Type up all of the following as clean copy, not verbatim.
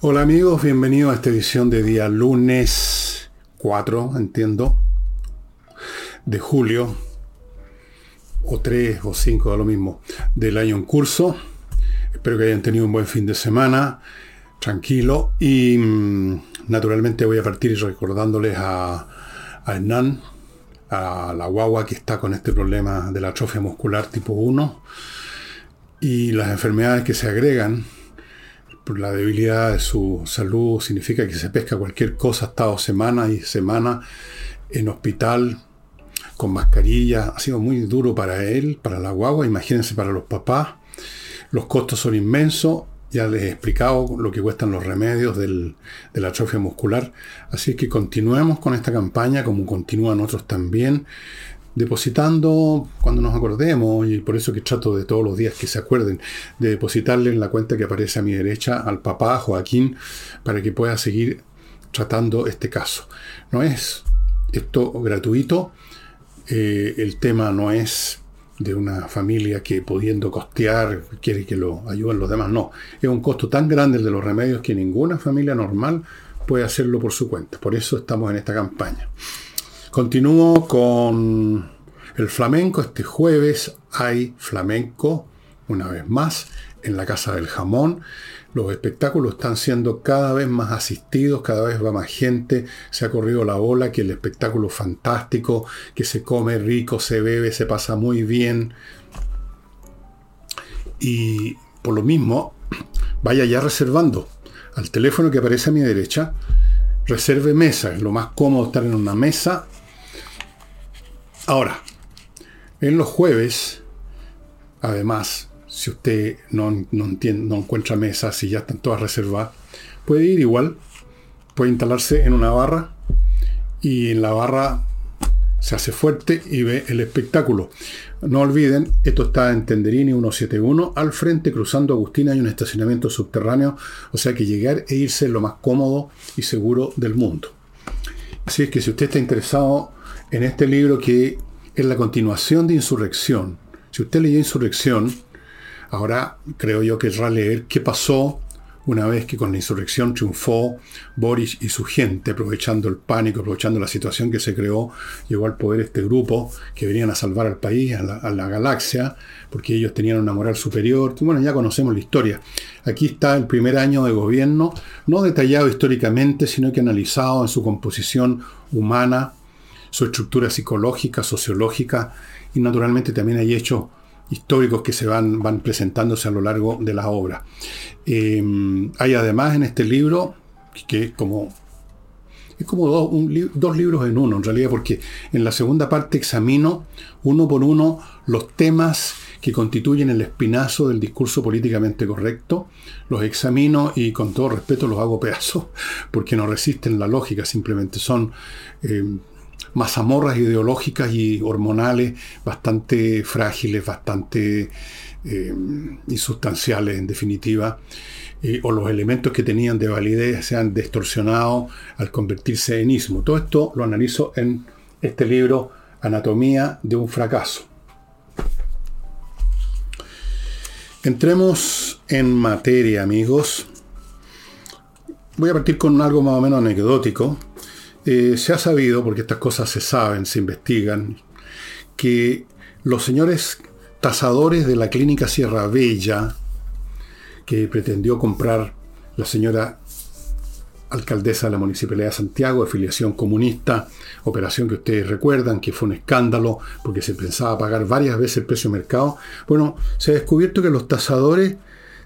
Hola amigos, bienvenidos a esta edición de día lunes 4, entiendo, de julio, o 3 o 5, da lo mismo, del año en curso. Espero que hayan tenido un buen fin de semana, tranquilo, y naturalmente voy a partir recordándoles a Hernán, a la guagua que está con este problema de la atrofia muscular tipo 1 y las enfermedades que se agregan. Por la debilidad de su salud significa que se pesca cualquier cosa. Ha estado semana y semana en hospital con mascarilla. Ha sido muy duro para él, para la guagua. Imagínense para los papás. Los costos son inmensos. Ya les he explicado lo que cuestan los remedios de la atrofia muscular. Así que continuemos con esta campaña, como continúan otros también, depositando cuando nos acordemos, y por eso que trato de todos los días que se acuerden de depositarle en la cuenta que aparece a mi derecha al papá Joaquín para que pueda seguir tratando este caso. No es esto gratuito, el tema no es de una familia que pudiendo costear quiere que lo ayuden los demás, no, es un costo tan grande el de los remedios que ninguna familia normal puede hacerlo por su cuenta. Por eso estamos en esta campaña. Continúo con el flamenco. Este jueves hay flamenco, una vez más, en la Casa del Jamón. Los espectáculos están siendo cada vez más asistidos, cada vez va más gente. Se ha corrido la ola, que el espectáculo es fantástico, que se come rico, se bebe, se pasa muy bien. Y por lo mismo, vaya ya reservando al teléfono que aparece a mi derecha. Reserve mesa, es lo más cómodo estar en una mesa. Ahora, en los jueves, además, si usted no encuentra mesas, si ya están todas reservadas, puede ir igual, puede instalarse en una barra y en la barra se hace fuerte y ve el espectáculo. No olviden, esto está en Tenderini 171, al frente, cruzando Agustina, hay un estacionamiento subterráneo, o sea que llegar e irse es lo más cómodo y seguro del mundo. Así es que si usted está interesado en este libro, que es la continuación de Insurrección, si usted leyó Insurrección, ahora creo yo que querrá leer qué pasó una vez que con la insurrección triunfó Boris y su gente, aprovechando el pánico, aprovechando la situación que se creó. Llegó al poder este grupo que venían a salvar al país, a la galaxia, porque ellos tenían una moral superior. Bueno, ya conocemos la historia. Aquí está el primer año de gobierno, no detallado históricamente, sino que analizado en su composición humana, su estructura psicológica, sociológica, y naturalmente también hay hechos históricos que se van presentándose a lo largo de la obra. Hay además en este libro, que es como dos libros en uno, en realidad, porque en la segunda parte examino uno por uno los temas que constituyen el espinazo del discurso políticamente correcto. Los examino y con todo respeto los hago pedazos, porque no resisten la lógica, simplemente son mazamorras ideológicas y hormonales bastante frágiles, bastante insustanciales en definitiva, o los elementos que tenían de validez se han distorsionado al convertirse en ismo. Todo esto lo analizo en este libro, Anatomía de un fracaso. Entremos en materia, amigos. Voy a partir con algo más o menos anecdótico. Se ha sabido, porque estas cosas se saben, se investigan, que los señores tasadores de la clínica Sierra Bella, que pretendió comprar la señora alcaldesa de la Municipalidad de Santiago, de filiación comunista, operación que ustedes recuerdan, que fue un escándalo porque se pensaba pagar varias veces el precio de mercado. Bueno, se ha descubierto que los tasadores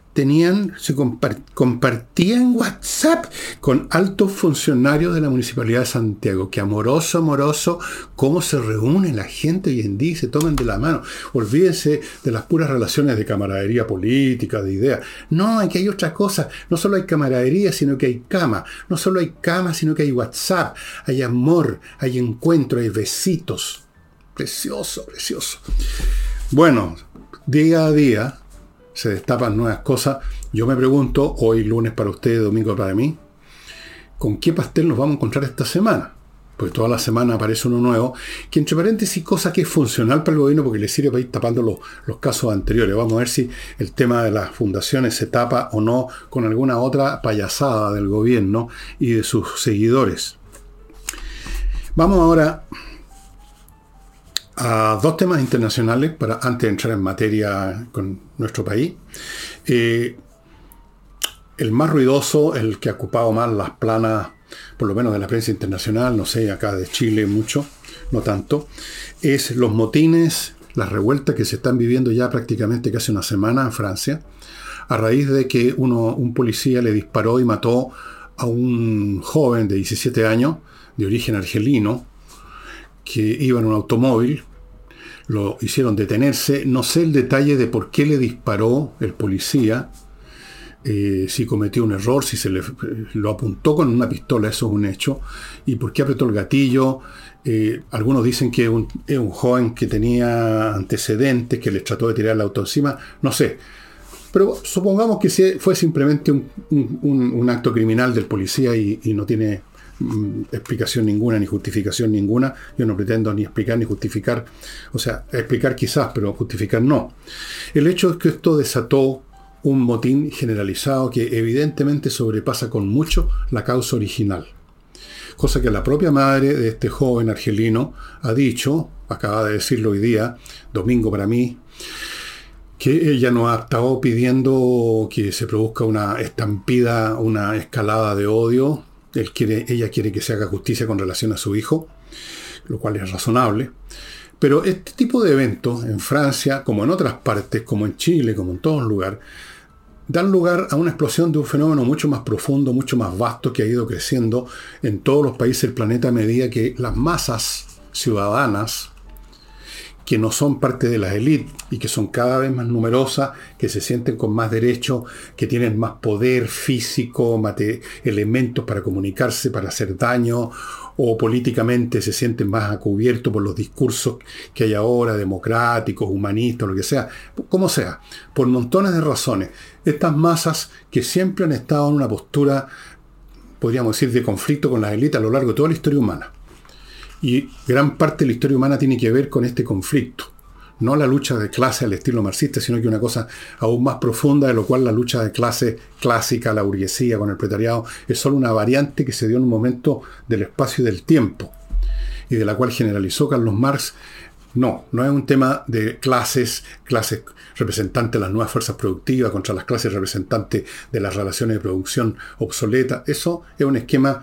compartían WhatsApp con altos funcionarios de la Municipalidad de Santiago. Que amoroso, cómo se reúne la gente hoy en día y se toman de la mano. Olvídense de las puras relaciones de camaradería política, de ideas. No, aquí hay otra cosa. No solo hay camaradería, sino que hay cama. No solo hay cama, sino que hay WhatsApp. Hay amor, hay encuentro, hay besitos. Precioso. Bueno, día a día se destapan nuevas cosas. Yo me pregunto, hoy lunes para ustedes, domingo para mí, ¿con qué pastel nos vamos a encontrar esta semana? porque toda la semana aparece uno nuevo, que entre paréntesis, cosa que es funcional para el gobierno porque le sirve para ir tapando los casos anteriores. Vamos a ver si el tema de las fundaciones se tapa o no con alguna otra payasada del gobierno y de sus seguidores. Vamos ahora a dos temas internacionales antes de entrar en materia con nuestro país. El más ruidoso, el que ha ocupado más las planas, por lo menos de la prensa internacional, no sé, acá de Chile mucho, no tanto, es los motines, las revueltas que se están viviendo ya prácticamente casi una semana en Francia, a raíz de que un policía le disparó y mató a un joven de 17 años, de origen argelino, que iba en un automóvil. Lo hicieron detenerse. No sé el detalle de por qué le disparó el policía, si cometió un error, si lo apuntó con una pistola, eso es un hecho, y por qué apretó el gatillo. Algunos dicen que es un joven que tenía antecedentes, que les trató de tirar el auto encima, no sé. Pero supongamos que fue simplemente un acto criminal del policía y no tiene explicación ninguna, ni justificación ninguna. Yo no pretendo ni explicar ni justificar, o sea, explicar quizás, pero justificar no. El hecho es que esto desató un motín generalizado que evidentemente sobrepasa con mucho la causa original. Cosa que la propia madre de este joven argelino ha dicho, acaba de decirlo hoy día, domingo para mí, que ella no ha estado pidiendo que se produzca una estampida, una escalada de odio. Ella quiere que se haga justicia con relación a su hijo, lo cual es razonable. Pero este tipo de eventos en Francia, como en otras partes, como en Chile, como en todos lugares, dan lugar a una explosión de un fenómeno mucho más profundo, mucho más vasto, que ha ido creciendo en todos los países del planeta a medida que las masas ciudadanas, que no son parte de las élites y que son cada vez más numerosas, que se sienten con más derechos, que tienen más poder físico, elementos para comunicarse, para hacer daño, o políticamente se sienten más a cubierto por los discursos que hay ahora, democráticos, humanistas, lo que sea, como sea, por montones de razones. Estas masas que siempre han estado en una postura, podríamos decir, de conflicto con las élites a lo largo de toda la historia humana. Y gran parte de la historia humana tiene que ver con este conflicto. No la lucha de clase al estilo marxista, sino que una cosa aún más profunda, de lo cual la lucha de clase clásica, la burguesía con el proletariado, es solo una variante que se dio en un momento del espacio y del tiempo, y de la cual generalizó Carlos Marx. No es un tema de clases representantes de las nuevas fuerzas productivas contra las clases representantes de las relaciones de producción obsoletas. Eso es un esquema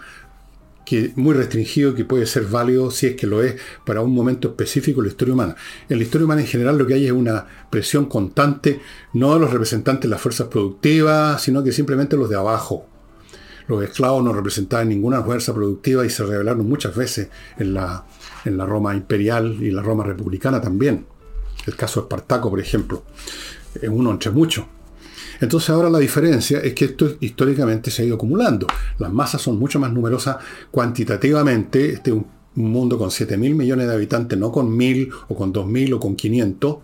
muy restringido, que puede ser válido, si es que lo es, para un momento específico de la historia humana. En la historia humana en general lo que hay es una presión constante, no de los representantes de las fuerzas productivas, sino que simplemente los de abajo. Los esclavos no representaban ninguna fuerza productiva y se rebelaron muchas veces en la Roma imperial y la Roma republicana también. El caso de Espartaco, por ejemplo, es uno entre muchos. Entonces ahora la diferencia es que esto históricamente se ha ido acumulando. Las masas son mucho más numerosas cuantitativamente. Este es un mundo con 7.000 millones de habitantes, no con 1.000 o con 2.000 o con 500.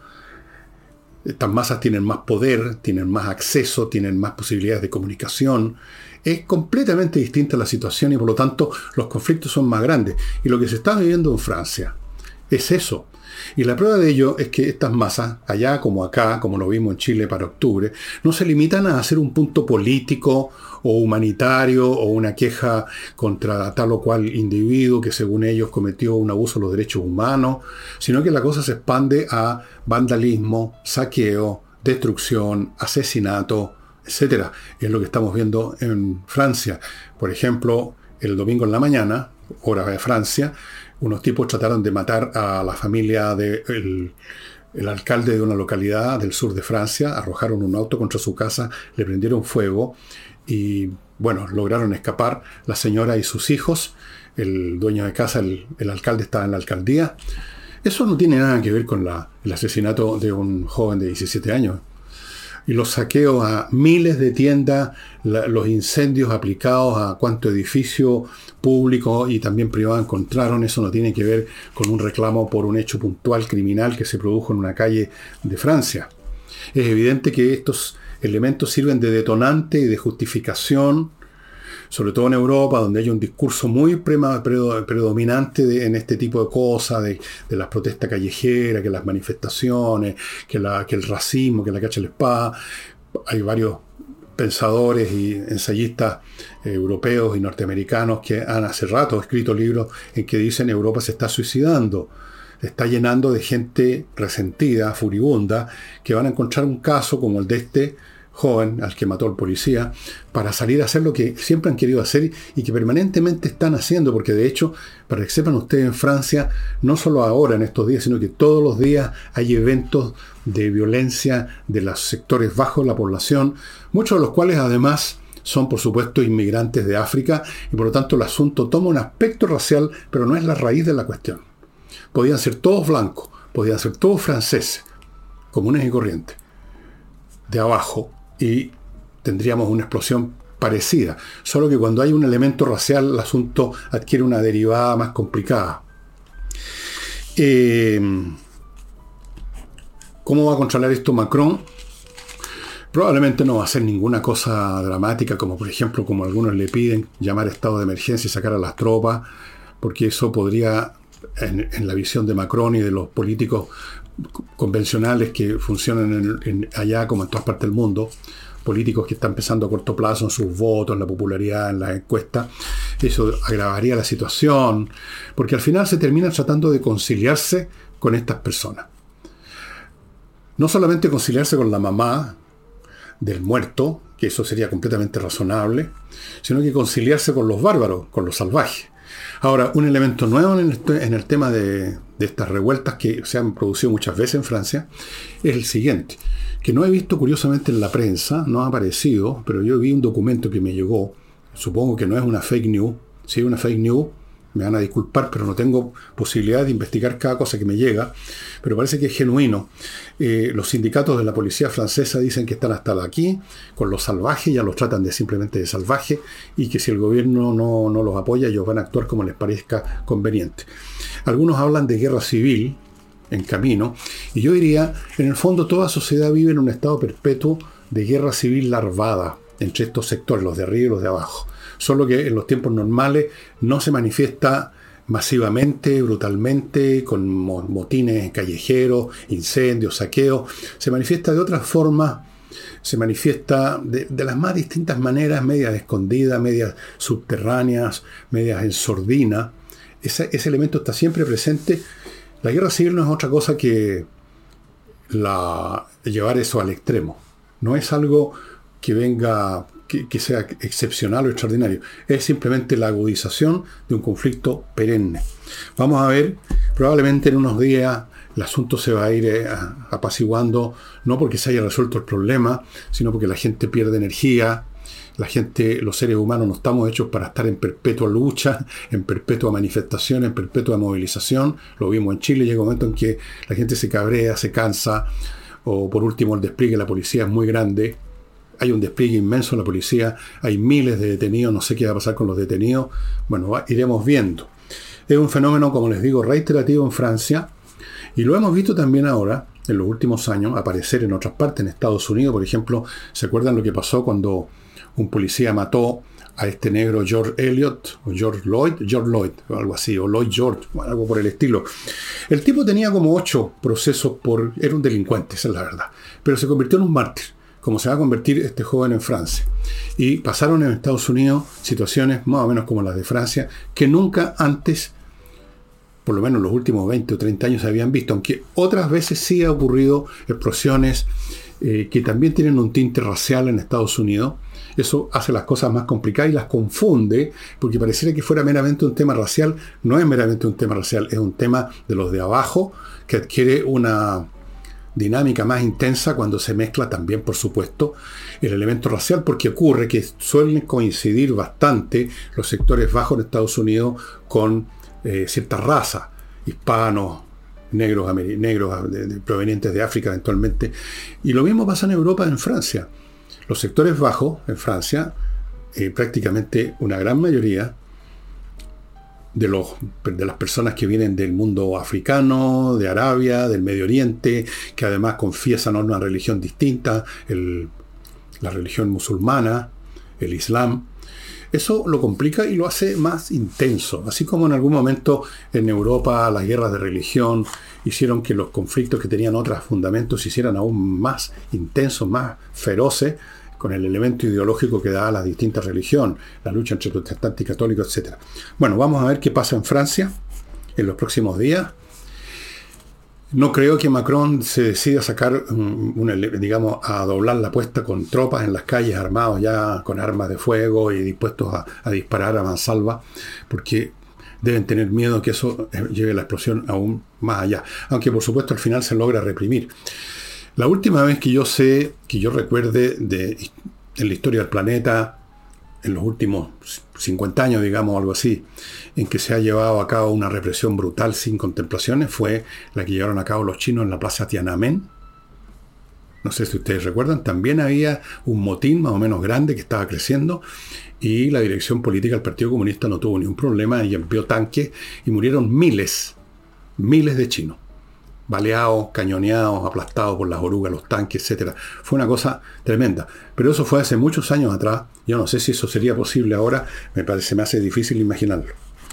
Estas masas tienen más poder, tienen más acceso, tienen más posibilidades de comunicación. Es completamente distinta la situación y por lo tanto los conflictos son más grandes. Y lo que se está viviendo en Francia es eso. Y la prueba de ello es que estas masas, allá como acá, como lo vimos en Chile para octubre, no se limitan a hacer un punto político o humanitario o una queja contra tal o cual individuo que según ellos cometió un abuso de los derechos humanos, sino que la cosa se expande a vandalismo, saqueo, destrucción, asesinato, etc. Es lo que estamos viendo en Francia. Por ejemplo, el domingo en la mañana, hora de Francia, unos tipos trataron de matar a la familia del alcalde de una localidad del sur de Francia, arrojaron un auto contra su casa, le prendieron fuego y, bueno, lograron escapar la señora y sus hijos. El dueño de casa, el alcalde, estaba en la alcaldía. Eso no tiene nada que ver con el asesinato de un joven de 17 años. Y los saqueos a miles de tiendas, los incendios aplicados a cuánto edificio público y también privado encontraron, eso no tiene que ver con un reclamo por un hecho puntual criminal que se produjo en una calle de Francia. Es evidente que estos elementos sirven de detonante y de justificación, sobre todo en Europa, donde hay un discurso muy predominante en este tipo de cosas, de las protestas callejeras, que las manifestaciones, que el racismo, que la cacha a la espada. Hay varios pensadores y ensayistas europeos y norteamericanos que han hace rato escrito libros en que dicen Europa se está suicidando, se está llenando de gente resentida, furibunda, que van a encontrar un caso como el de este joven al que mató el policía, para salir a hacer lo que siempre han querido hacer y que permanentemente están haciendo, porque de hecho, para que sepan ustedes, en Francia, no solo ahora en estos días, sino que todos los días hay eventos de violencia de los sectores bajos de la población, muchos de los cuales además son por supuesto inmigrantes de África, y por lo tanto el asunto toma un aspecto racial, pero no es la raíz de la cuestión. Podían ser todos blancos, podían ser todos franceses, comunes y corrientes, de abajo, y tendríamos una explosión parecida. Solo que cuando hay un elemento racial, el asunto adquiere una derivada más complicada. ¿Cómo va a controlar esto Macron? Probablemente no va a hacer ninguna cosa dramática, como por ejemplo, como algunos le piden, llamar a estado de emergencia y sacar a las tropas, porque eso podría, en la visión de Macron y de los políticos convencionales que funcionan allá como en todas partes del mundo, políticos que están pensando a corto plazo en sus votos, en la popularidad, en las encuestas, eso agravaría la situación, porque al final se termina tratando de conciliarse con estas personas. No solamente conciliarse con la mamá del muerto, que eso sería completamente razonable, sino que conciliarse con los bárbaros, con los salvajes. Ahora, un elemento nuevo en el tema de estas revueltas que se han producido muchas veces en Francia es el siguiente, que no he visto curiosamente en la prensa, no ha aparecido, pero yo vi un documento que me llegó, supongo que no es una fake news, si es una fake news, me van a disculpar, pero no tengo posibilidad de investigar cada cosa que me llega, pero parece que es genuino. Los sindicatos de la policía francesa dicen que están hasta aquí con los salvajes, ya los tratan simplemente de salvajes, y que si el gobierno no los apoya, ellos van a actuar como les parezca conveniente. Algunos hablan de guerra civil en camino, y yo diría, en el fondo toda sociedad vive en un estado perpetuo de guerra civil larvada entre estos sectores, los de arriba y los de abajo. Solo que en los tiempos normales no se manifiesta masivamente, brutalmente, con motines callejeros, incendios, saqueos. Se manifiesta de otras formas, se manifiesta de las más distintas maneras, medias escondidas, medias subterráneas, medias en sordina. Ese elemento está siempre presente. La guerra civil no es otra cosa que llevar eso al extremo. No es algo que venga, que sea excepcional o extraordinario. Es simplemente la agudización de un conflicto perenne. Vamos a ver, probablemente en unos días el asunto se va a ir apaciguando, no porque se haya resuelto el problema, sino porque la gente pierde energía. La gente, los seres humanos no estamos hechos para estar en perpetua lucha, en perpetua manifestación, en perpetua movilización. Lo vimos en Chile, llega un momento en que la gente se cabrea, se cansa, o por último el despliegue de la policía es muy grande. Hay un despliegue inmenso en la policía, hay miles de detenidos, no sé qué va a pasar con los detenidos. Bueno, iremos viendo. Es un fenómeno, como les digo, reiterativo en Francia, y lo hemos visto también ahora, en los últimos años, aparecer en otras partes, en Estados Unidos, por ejemplo. ¿Se acuerdan lo que pasó cuando un policía mató a este negro George Eliot, o George Lloyd, o algo así, o Lloyd George, o algo por el estilo? El tipo tenía como 8 procesos era un delincuente, esa es la verdad, pero se convirtió en un mártir, como se va a convertir este joven en Francia. Y pasaron en Estados Unidos situaciones más o menos como las de Francia, que nunca antes, por lo menos en los últimos 20 o 30 años, se habían visto, aunque otras veces sí ha ocurrido explosiones que también tienen un tinte racial en Estados Unidos. Eso hace las cosas más complicadas y las confunde, porque pareciera que fuera meramente un tema racial. No es meramente un tema racial, es un tema de los de abajo, que adquiere una dinámica más intensa cuando se mezcla también, por supuesto, el elemento racial, porque ocurre que suelen coincidir bastante los sectores bajos en Estados Unidos con cierta raza, hispanos, negros provenientes de África eventualmente. Y lo mismo pasa en Europa, en Francia. Los sectores bajos en Francia, prácticamente una gran mayoría de las personas que vienen del mundo africano, de Arabia, del Medio Oriente, que además confiesan una religión distinta, la religión musulmana, el Islam, Eso lo complica y lo hace más intenso. Así como en algún momento en Europa las guerras de religión hicieron que los conflictos que tenían otros fundamentos se hicieran aún más intensos, más feroces, con el elemento ideológico que da las distintas religiones, la lucha entre protestantes y católicos, etc. Bueno, vamos a ver qué pasa en Francia en los próximos días. No creo que Macron se decida a sacar, digamos, a doblar la apuesta con tropas en las calles, armados ya con armas de fuego y dispuestos a disparar a mansalva, porque deben tener miedo que eso lleve la explosión aún más allá. Aunque, por supuesto, al final se logra reprimir. La última vez que yo recuerde en la historia del planeta, en los últimos 50 años, digamos, algo así, en que se ha llevado a cabo una represión brutal sin contemplaciones, fue la que llevaron a cabo los chinos en la plaza Tiananmen. No sé si ustedes recuerdan, también había un motín más o menos grande que estaba creciendo y la dirección política del Partido Comunista no tuvo ningún problema y envió tanques y murieron miles de chinos. Baleados, cañoneados, aplastados por las orugas, los tanques, etc. Fue una cosa tremenda. Pero eso fue hace muchos años atrás. Yo no sé si eso sería posible ahora. Me hace difícil imaginarlo.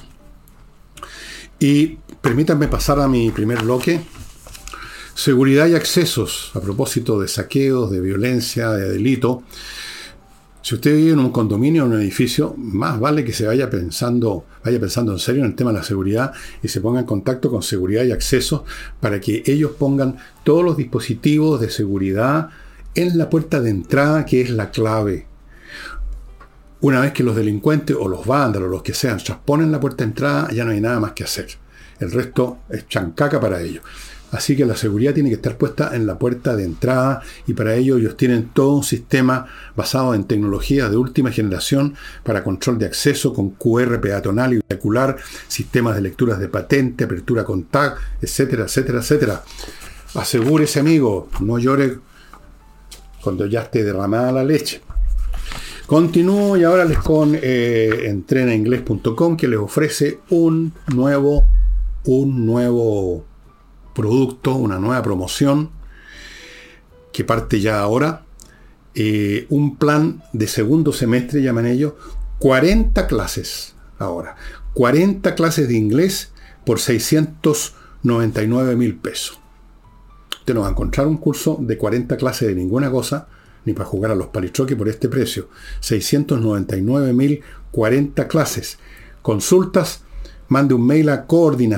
Y permítanme pasar a mi primer bloque. Seguridad y accesos. A propósito de saqueos, de violencia, de delito. Si usted vive en un condominio o en un edificio, más vale que se vaya pensando en serio en el tema de la seguridad y se ponga en contacto con seguridad y accesos para que ellos pongan todos los dispositivos de seguridad en la puerta de entrada, que es la clave. Una vez que los delincuentes o los vándalos, los que sean, trasponen la puerta de entrada, ya no hay nada más que hacer. El resto es chancaca para ellos. Así que la seguridad tiene que estar puesta en la puerta de entrada y para ello ellos tienen todo un sistema basado en tecnología de última generación para control de acceso con QR peatonal y vehicular, sistemas de lecturas de patente, apertura con tag, etcétera, etcétera, etcétera. Asegúrese, amigo, no llore cuando ya esté derramada la leche. Continúo y ahora les con entrenainglés.com, que les ofrece un nuevo producto, una nueva promoción que parte ya ahora, un plan de segundo semestre, llaman ellos, 40 clases ahora, 40 clases de inglés por 699,000 pesos. Usted no va a encontrar un curso de 40 clases de ninguna cosa, ni para jugar a los palitroques por este precio. 699,000, 40 clases. Consultas, mande un mail a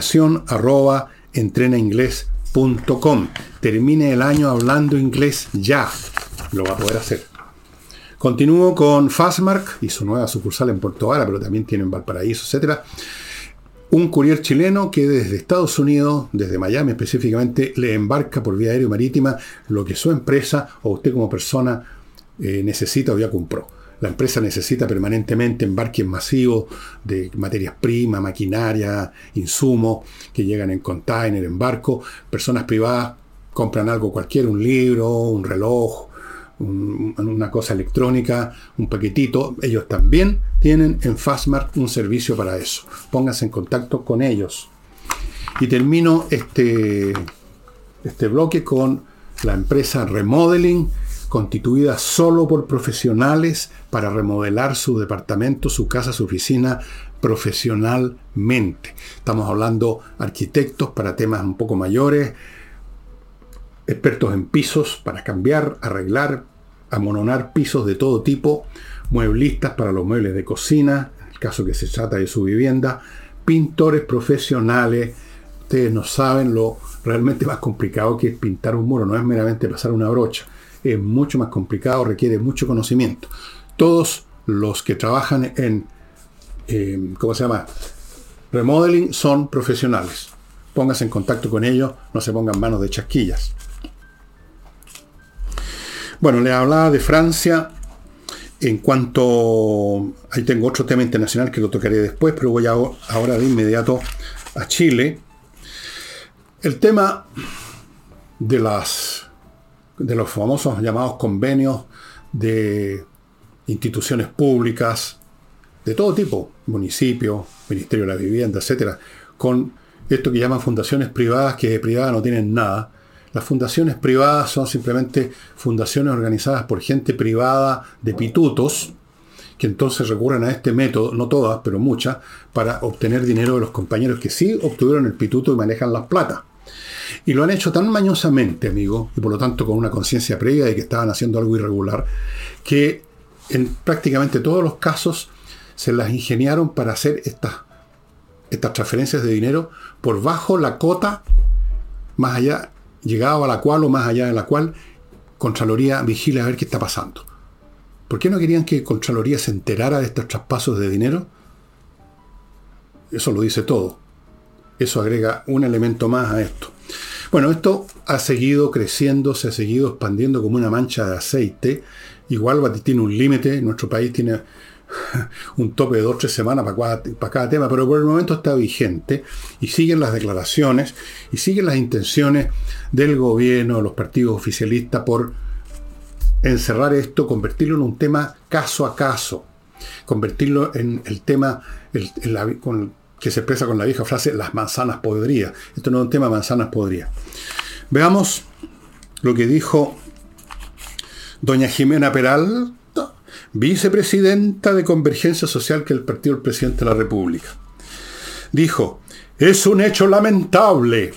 coordinación@entrenainglés.com. Termine el año hablando inglés ya. Lo va a poder hacer. Continúo con Fastmark y su nueva sucursal en Puerto Vara, pero también tiene en Valparaíso, etc. Un courier chileno que desde Estados Unidos, desde Miami específicamente, le embarca por vía aérea y marítima lo que su empresa o usted como persona necesita o ya compró. La empresa necesita permanentemente embarques masivos de materias primas, maquinaria, insumos que llegan en container, en barco. Personas privadas compran algo cualquiera, un libro, un reloj, una cosa electrónica, un paquetito. Ellos también tienen en Fastmark un servicio para eso. Pónganse en contacto con ellos. Y termino este bloque con la empresa Remodeling, constituida solo por profesionales para remodelar su departamento, su casa, su oficina profesionalmente. Estamos hablando arquitectos para temas un poco mayores, expertos en pisos para cambiar, arreglar, amononar pisos de todo tipo, mueblistas para los muebles de cocina, en el caso que se trata de su vivienda, pintores profesionales. Ustedes no saben lo realmente más complicado que es pintar un muro, no es meramente pasar una brocha. Es mucho más complicado, requiere mucho conocimiento. Todos los que trabajan en, remodeling son profesionales. Póngase en contacto con ellos, no se pongan manos de chasquillas. Bueno, les hablaba de Francia. En cuanto... Ahí tengo otro tema internacional que lo tocaré después, pero voy ahora de inmediato a Chile. El tema de los famosos llamados convenios de instituciones públicas de todo tipo, municipios, Ministerio de la Vivienda, etcétera, con esto que llaman fundaciones privadas, que de privada no tienen nada. Las fundaciones privadas son simplemente fundaciones organizadas por gente privada de pitutos que entonces recurren a este método, no todas, pero muchas, para obtener dinero de los compañeros que sí obtuvieron el pituto y manejan las plata. Y lo han hecho tan mañosamente, amigo, y por lo tanto con una conciencia previa de que estaban haciendo algo irregular, que en prácticamente todos los casos se las ingeniaron para hacer estas transferencias de dinero por bajo la cota, más allá, llegado a la cual o más allá de la cual Contraloría vigila a ver qué está pasando. ¿Por qué no querían que Contraloría se enterara de estos traspasos de dinero? Eso lo dice todo. Eso agrega un elemento más a esto. Bueno, esto ha seguido creciendo, se ha seguido expandiendo como una mancha de aceite. Igual tiene un límite. Nuestro país tiene un tope de 2 o 3 semanas para cada tema, pero por el momento está vigente y siguen las declaraciones y siguen las intenciones del gobierno, de los partidos oficialistas por encerrar esto, convertirlo en un tema caso a caso, convertirlo en el tema que se expresa con la vieja frase, las manzanas podridas. Esto no es un tema de manzanas podridas. Veamos lo que dijo doña Jimena Peralta, vicepresidenta de Convergencia Social, que es el partido del presidente de la República. Dijo, es un hecho lamentable.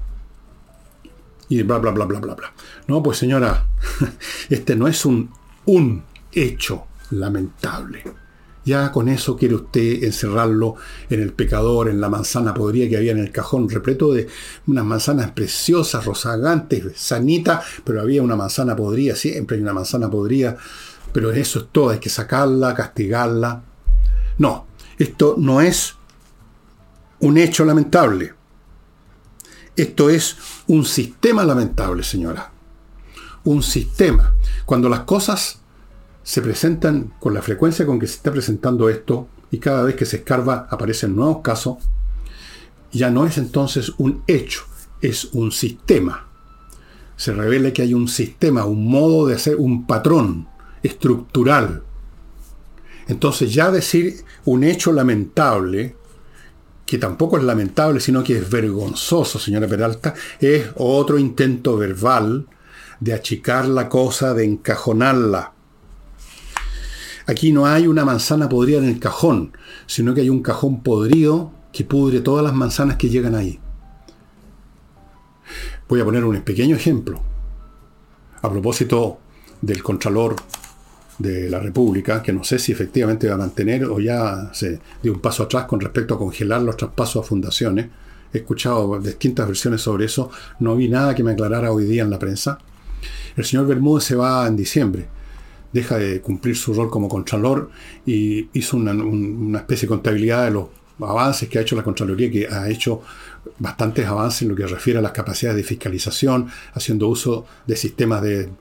Y bla, bla, bla, bla, bla, bla. No, pues señora, este no es un hecho lamentable. Ya con eso quiere usted encerrarlo en el pecador, en la manzana podrida que había en el cajón, repleto de unas manzanas preciosas, rozagantes, sanitas, pero había una manzana podrida, siempre hay una manzana podrida, pero eso es todo, hay que sacarla, castigarla. No, esto no es un hecho lamentable. Esto es un sistema lamentable, señora. Un sistema. Cuando las cosas se presentan con la frecuencia con que se está presentando esto, y cada vez que se escarba aparecen nuevos casos, ya no es entonces un hecho, es un sistema. Se revela que hay un sistema, un modo de hacer, un patrón estructural. Entonces ya decir un hecho lamentable, que tampoco es lamentable, sino que es vergonzoso, señora Peralta, es otro intento verbal de achicar la cosa, de encajonarla. Aquí no hay una manzana podrida en el cajón, sino que hay un cajón podrido que pudre todas las manzanas que llegan ahí. Voy a poner un pequeño ejemplo. A propósito del Contralor de la República, que no sé si efectivamente va a mantener o ya se dio un paso atrás con respecto a congelar los traspasos a fundaciones. He escuchado distintas versiones sobre eso. No vi nada que me aclarara hoy día en la prensa. El señor Bermúdez se va en diciembre. Deja de cumplir su rol como Contralor y hizo una especie de contabilidad de los avances que ha hecho la Contraloría, que ha hecho bastantes avances en lo que refiere a las capacidades de fiscalización, haciendo uso de sistemas de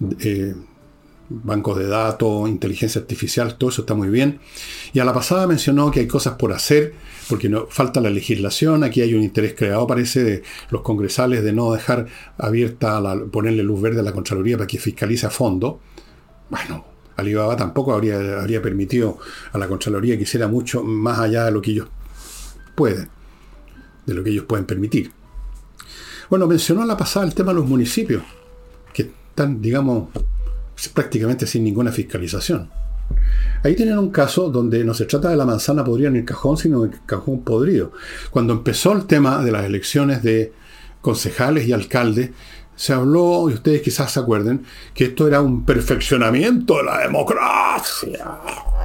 bancos de datos, inteligencia artificial, todo eso está muy bien. Y a la pasada mencionó que hay cosas por hacer, porque falta la legislación. Aquí hay un interés creado, parece, de los congresales de no dejar abierta, ponerle luz verde a la Contraloría para que fiscalice a fondo. Bueno, Alibaba tampoco habría permitido a la Contraloría que hiciera mucho más allá de lo que ellos pueden, de lo que ellos pueden permitir. Bueno, mencionó a la pasada el tema de los municipios, que están, digamos, prácticamente sin ninguna fiscalización. Ahí tienen un caso donde no se trata de la manzana podrida en el cajón, sino del cajón podrido. Cuando empezó el tema de las elecciones de concejales y alcaldes, se habló, y ustedes quizás se acuerden, que esto era un perfeccionamiento de la democracia.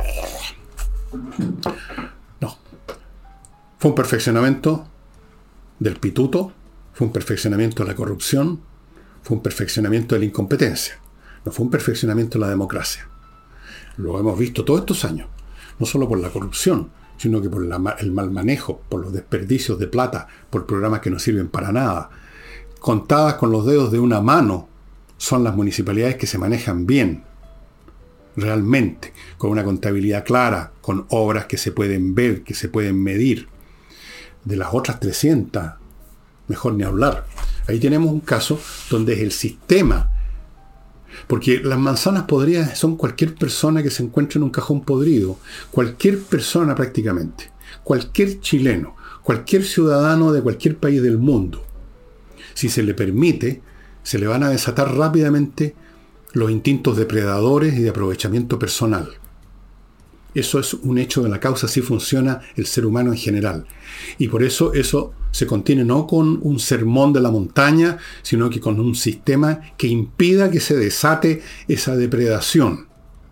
No. Fue un perfeccionamiento del pituto, fue un perfeccionamiento de la corrupción, fue un perfeccionamiento de la incompetencia. No fue un perfeccionamiento de la democracia. Lo hemos visto todos estos años. No solo por la corrupción, sino que por el mal manejo, por los desperdicios de plata, por programas que no sirven para nada. Contadas con los dedos de una mano son las municipalidades que se manejan bien, realmente, con una contabilidad clara, con obras que se pueden ver, que se pueden medir. De las otras 300, mejor ni hablar. Ahí tenemos un caso donde es el sistema. Porque las manzanas podridas son cualquier persona que se encuentre en un cajón podrido. Cualquier persona prácticamente. Cualquier chileno. Cualquier ciudadano de cualquier país del mundo. Si se le permite, se le van a desatar rápidamente los instintos depredadores y de aprovechamiento personal. Eso es un hecho de la causa, así funciona el ser humano en general. Y por eso se contiene no con un sermón de la montaña, sino que con un sistema que impida que se desate esa depredación.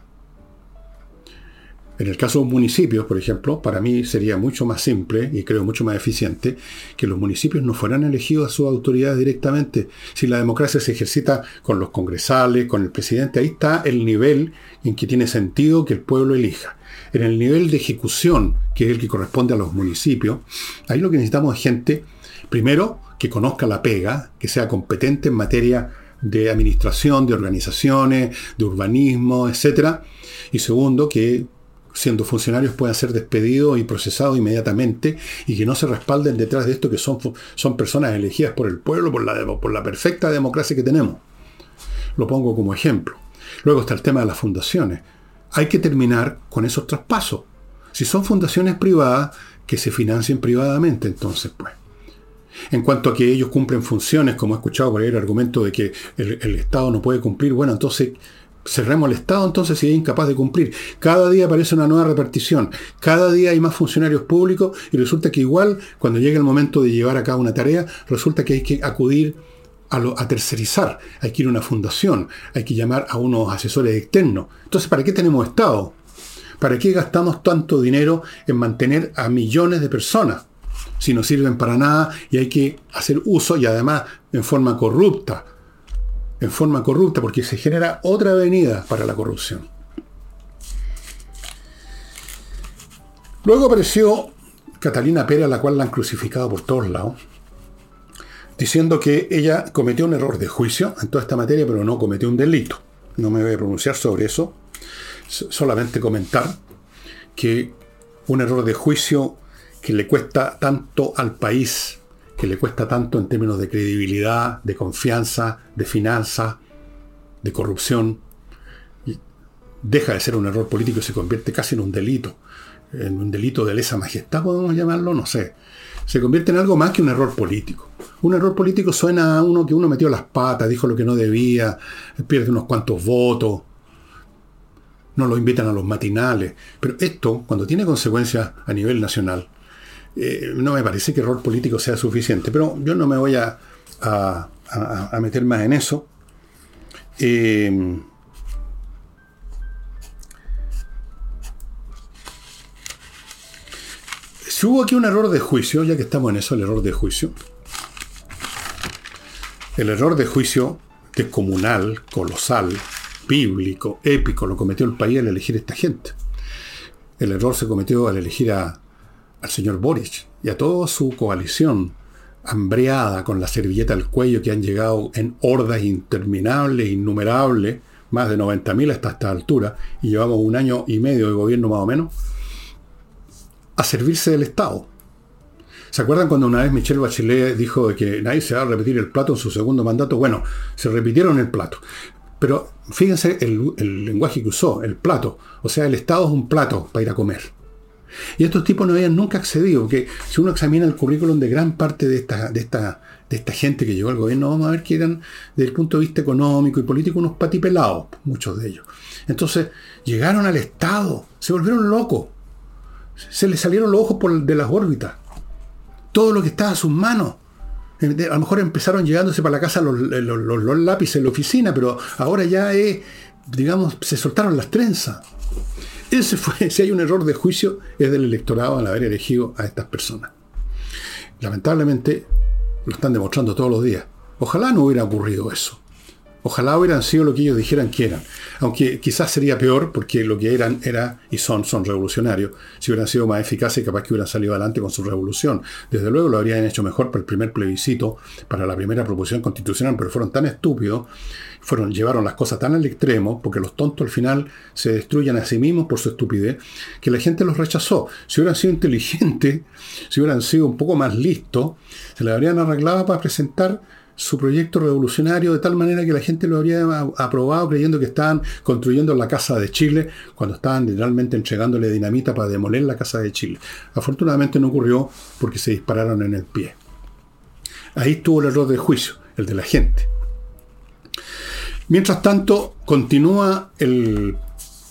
En el caso de los municipios, por ejemplo, para mí sería mucho más simple y creo mucho más eficiente que los municipios no fueran elegidos a sus autoridades directamente. Si la democracia se ejercita con los congresales, con el presidente, ahí está el nivel en que tiene sentido que el pueblo elija. En el nivel de ejecución, que es el que corresponde a los municipios, ahí lo que necesitamos es gente, primero, que conozca la pega, que sea competente en materia de administración, de organizaciones, de urbanismo, etc. Y segundo, que siendo funcionarios puedan ser despedidos y procesados inmediatamente y que no se respalden detrás de esto, que son personas elegidas por el pueblo, por la perfecta democracia que tenemos. Lo pongo como ejemplo. Luego está el tema de las fundaciones. Hay que terminar con esos traspasos. Si son fundaciones privadas, que se financien privadamente, entonces pues. En cuanto a que ellos cumplen funciones, como he escuchado por ahí el argumento de que el Estado no puede cumplir, bueno, entonces cerremos el Estado entonces si es incapaz de cumplir. Cada día aparece una nueva repartición, cada día hay más funcionarios públicos y resulta que igual cuando llega el momento de llevar a cabo una tarea, resulta que hay que acudir a tercerizar, hay que ir a una fundación, hay que llamar a unos asesores externos. Entonces, ¿para qué tenemos Estado? ¿Para qué gastamos tanto dinero en mantener a millones de personas si no sirven para nada y hay que hacer uso y además en forma corrupta? En forma corrupta, porque se genera otra avenida para la corrupción. Luego apareció Catalina Pera, a la cual la han crucificado por todos lados, diciendo que ella cometió un error de juicio en toda esta materia, pero no cometió un delito. No me voy a pronunciar sobre eso, solamente comentar que un error de juicio que le cuesta tanto al país, que le cuesta tanto en términos de credibilidad, de confianza, de finanzas, de corrupción, y deja de ser un error político y se convierte casi en un delito de lesa majestad, podemos llamarlo, no sé. Se convierte en algo más que un error político. Un error político suena a uno que uno metió las patas, dijo lo que no debía, pierde unos cuantos votos, no lo invitan a los matinales. Pero esto, cuando tiene consecuencias a nivel nacional, no me parece que error político sea suficiente, pero yo no me voy a meter más en eso. Si hubo aquí un error de juicio, ya que estamos en eso, el error de juicio descomunal, colosal, bíblico, épico, lo cometió el país al elegir a esta gente. El error se cometió al elegir al señor Boric y a toda su coalición, hambreada con la servilleta al cuello, que han llegado en hordas interminables, innumerables, más de 90.000 hasta esta altura, y llevamos 1 año y medio de gobierno más o menos, a servirse del Estado. ¿Se acuerdan cuando una vez Michelle Bachelet dijo de que nadie se va a repetir el plato en su segundo mandato? Bueno, se repitieron el plato. Pero fíjense el lenguaje que usó, el plato. O sea, el Estado es un plato para ir a comer. Y estos tipos no habían nunca accedido, porque si uno examina el currículum de gran parte de esta gente que llegó al gobierno, vamos a ver que eran, desde el punto de vista económico y político, unos patipelados, muchos de ellos. Entonces, llegaron al Estado, se volvieron locos. Se les salieron los ojos de las órbitas. Todo lo que estaba a sus manos. A lo mejor empezaron llegándose para la casa los lápices en la oficina, pero ahora ya se soltaron las trenzas. Ese fue, si hay un error de juicio, es del electorado al haber elegido a estas personas. Lamentablemente, lo están demostrando todos los días. Ojalá no hubiera ocurrido eso. Ojalá hubieran sido lo que ellos dijeran que eran. Aunque quizás sería peor, porque lo que eran y son revolucionarios. Si hubieran sido más eficaces, capaz que hubieran salido adelante con su revolución. Desde luego lo habrían hecho mejor para el primer plebiscito, para la primera proposición constitucional, pero fueron tan estúpidos, llevaron las cosas tan al extremo, porque los tontos al final se destruyen a sí mismos por su estupidez, que la gente los rechazó. Si hubieran sido inteligentes, si hubieran sido un poco más listos, se les habrían arreglado para presentar su proyecto revolucionario de tal manera que la gente lo habría aprobado creyendo que estaban construyendo la Casa de Chile cuando estaban literalmente entregándole dinamita para demoler la Casa de Chile. Afortunadamente no ocurrió porque se dispararon en el pie. Ahí estuvo el error de juicio, el de la gente. Mientras tanto, continúa el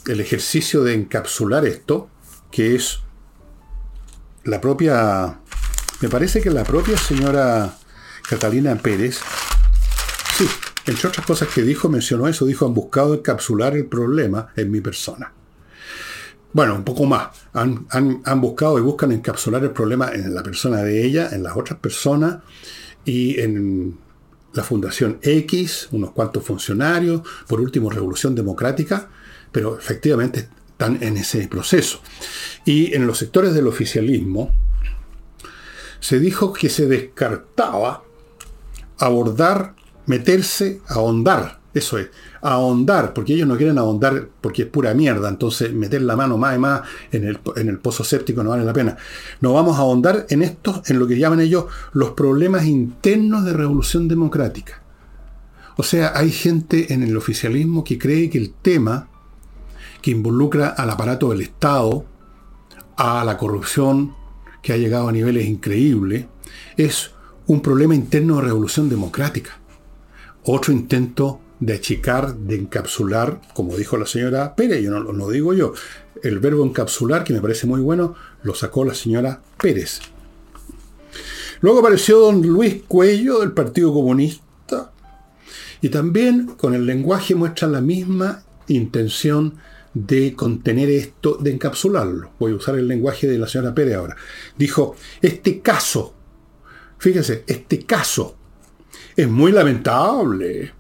el ejercicio de encapsular esto, que es la propia, me parece que la propia señora Catalina Pérez, sí, entre otras cosas que dijo, mencionó eso, dijo: han buscado encapsular el problema en mi persona. Bueno, un poco más. Han buscado y buscan encapsular el problema en la persona de ella, en las otras personas y en la Fundación X, unos cuantos funcionarios, por último Revolución Democrática, pero efectivamente están en ese proceso. Y en los sectores del oficialismo se dijo que se descartaba abordar, meterse, ahondar. Eso es, ahondar, porque ellos no quieren ahondar porque es pura mierda, entonces meter la mano más y más en el pozo séptico no vale la pena. No vamos a ahondar en esto, en lo que llaman ellos los problemas internos de Revolución Democrática. O sea, hay gente en el oficialismo que cree que el tema que involucra al aparato del Estado, a la corrupción que ha llegado a niveles increíbles, es un problema interno de Revolución Democrática. Otro intento de achicar, de encapsular, como dijo la señora Pérez, yo no lo digo yo. El verbo encapsular, que me parece muy bueno, lo sacó la señora Pérez. Luego apareció don Luis Cuello del Partido Comunista y también con el lenguaje muestra la misma intención de contener esto, de encapsularlo. Voy a usar el lenguaje de la señora Pérez ahora. Dijo: este caso, fíjense, este caso es muy lamentable,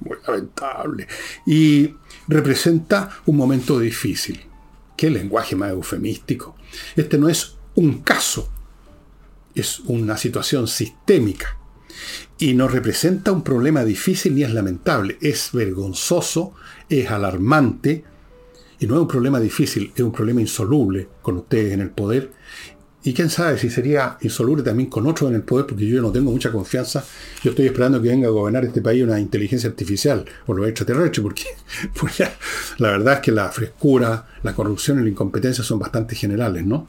y representa un momento difícil. ¿Qué lenguaje más eufemístico? Este no es un caso, es una situación sistémica. Y no representa un problema difícil ni es lamentable. Es vergonzoso, es alarmante, y no es un problema difícil, es un problema insoluble con ustedes en el poder. Y quién sabe si sería insoluble también con otros en el poder, porque yo no tengo mucha confianza. Yo estoy esperando que venga a gobernar este país una inteligencia artificial o los extraterrestres, porque la verdad es que la frescura, la corrupción y la incompetencia son bastante generales, ¿no?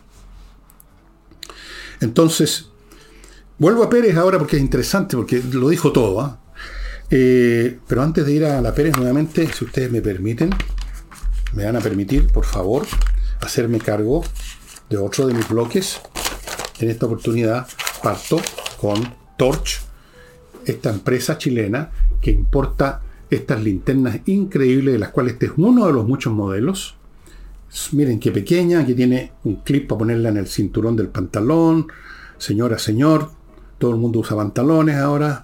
Entonces, vuelvo a Pérez ahora porque es interesante, porque lo dijo todo, ¿eh? Pero antes de ir a la Pérez nuevamente, si ustedes me permiten, me van a permitir, por favor, hacerme cargo de otro de mis bloques. En esta oportunidad parto con Torch, esta empresa chilena que importa estas linternas increíbles, de las cuales este es uno de los muchos modelos. Miren qué pequeña, que tiene un clip para ponerla en el cinturón del pantalón. Señora, señor, todo el mundo usa pantalones ahora.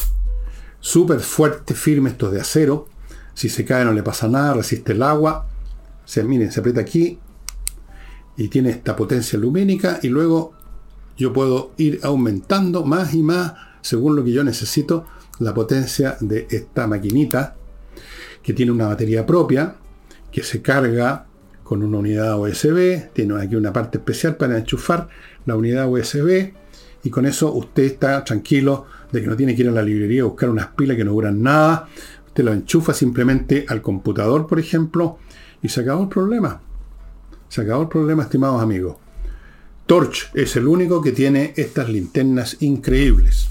Súper fuerte, firme, esto es de acero. Si se cae no le pasa nada, resiste el agua. Miren, se aprieta aquí y tiene esta potencia lumínica, y luego yo puedo ir aumentando más y más, según lo que yo necesito, la potencia de esta maquinita, que tiene una batería propia, que se carga con una unidad USB. Tiene aquí una parte especial para enchufar la unidad USB, y con eso usted está tranquilo de que no tiene que ir a la librería a buscar unas pilas que no duran nada. Usted lo enchufa simplemente al computador, por ejemplo, y se acabó el problema. Se acabó el problema, estimados amigos. Torch es el único que tiene estas linternas increíbles.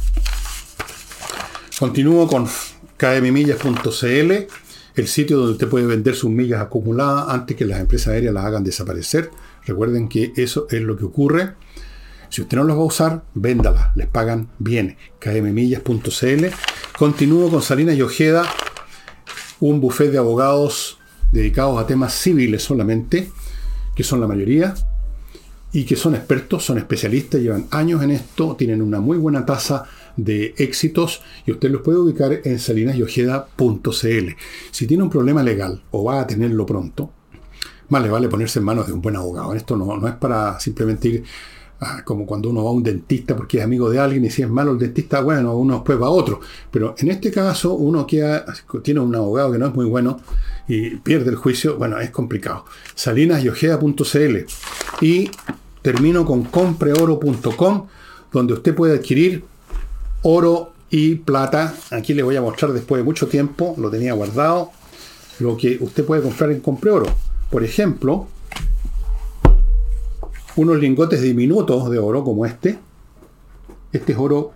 Continúo con kmmillas.cl, el sitio donde usted puede vender sus millas acumuladas antes que las empresas aéreas las hagan desaparecer. Recuerden que eso es lo que ocurre. Si usted no los va a usar, véndalas, les pagan bien. kmmillas.cl. Continúo con Salinas y Ojeda, un buffet de abogados dedicados a temas civiles solamente, que son la mayoría, y que son expertos, son especialistas, llevan años en esto, tienen una muy buena tasa de éxitos, y usted los puede ubicar en salinasyojeda.cl. Si tiene un problema legal, o va a tenerlo pronto, más le vale ponerse en manos de un buen abogado. Esto no es para simplemente ir como cuando uno va a un dentista porque es amigo de alguien, y si es malo el dentista, bueno, uno después va a otro. Pero en este caso, uno tiene un abogado que no es muy bueno y pierde el juicio. Bueno, es complicado. salinasyojeda.cl. Y termino con compreoro.com, donde usted puede adquirir oro y plata. Aquí le voy a mostrar, después de mucho tiempo, lo tenía guardado, lo que usted puede comprar en Compreoro. Por ejemplo, unos lingotes diminutos de oro como este. Este es oro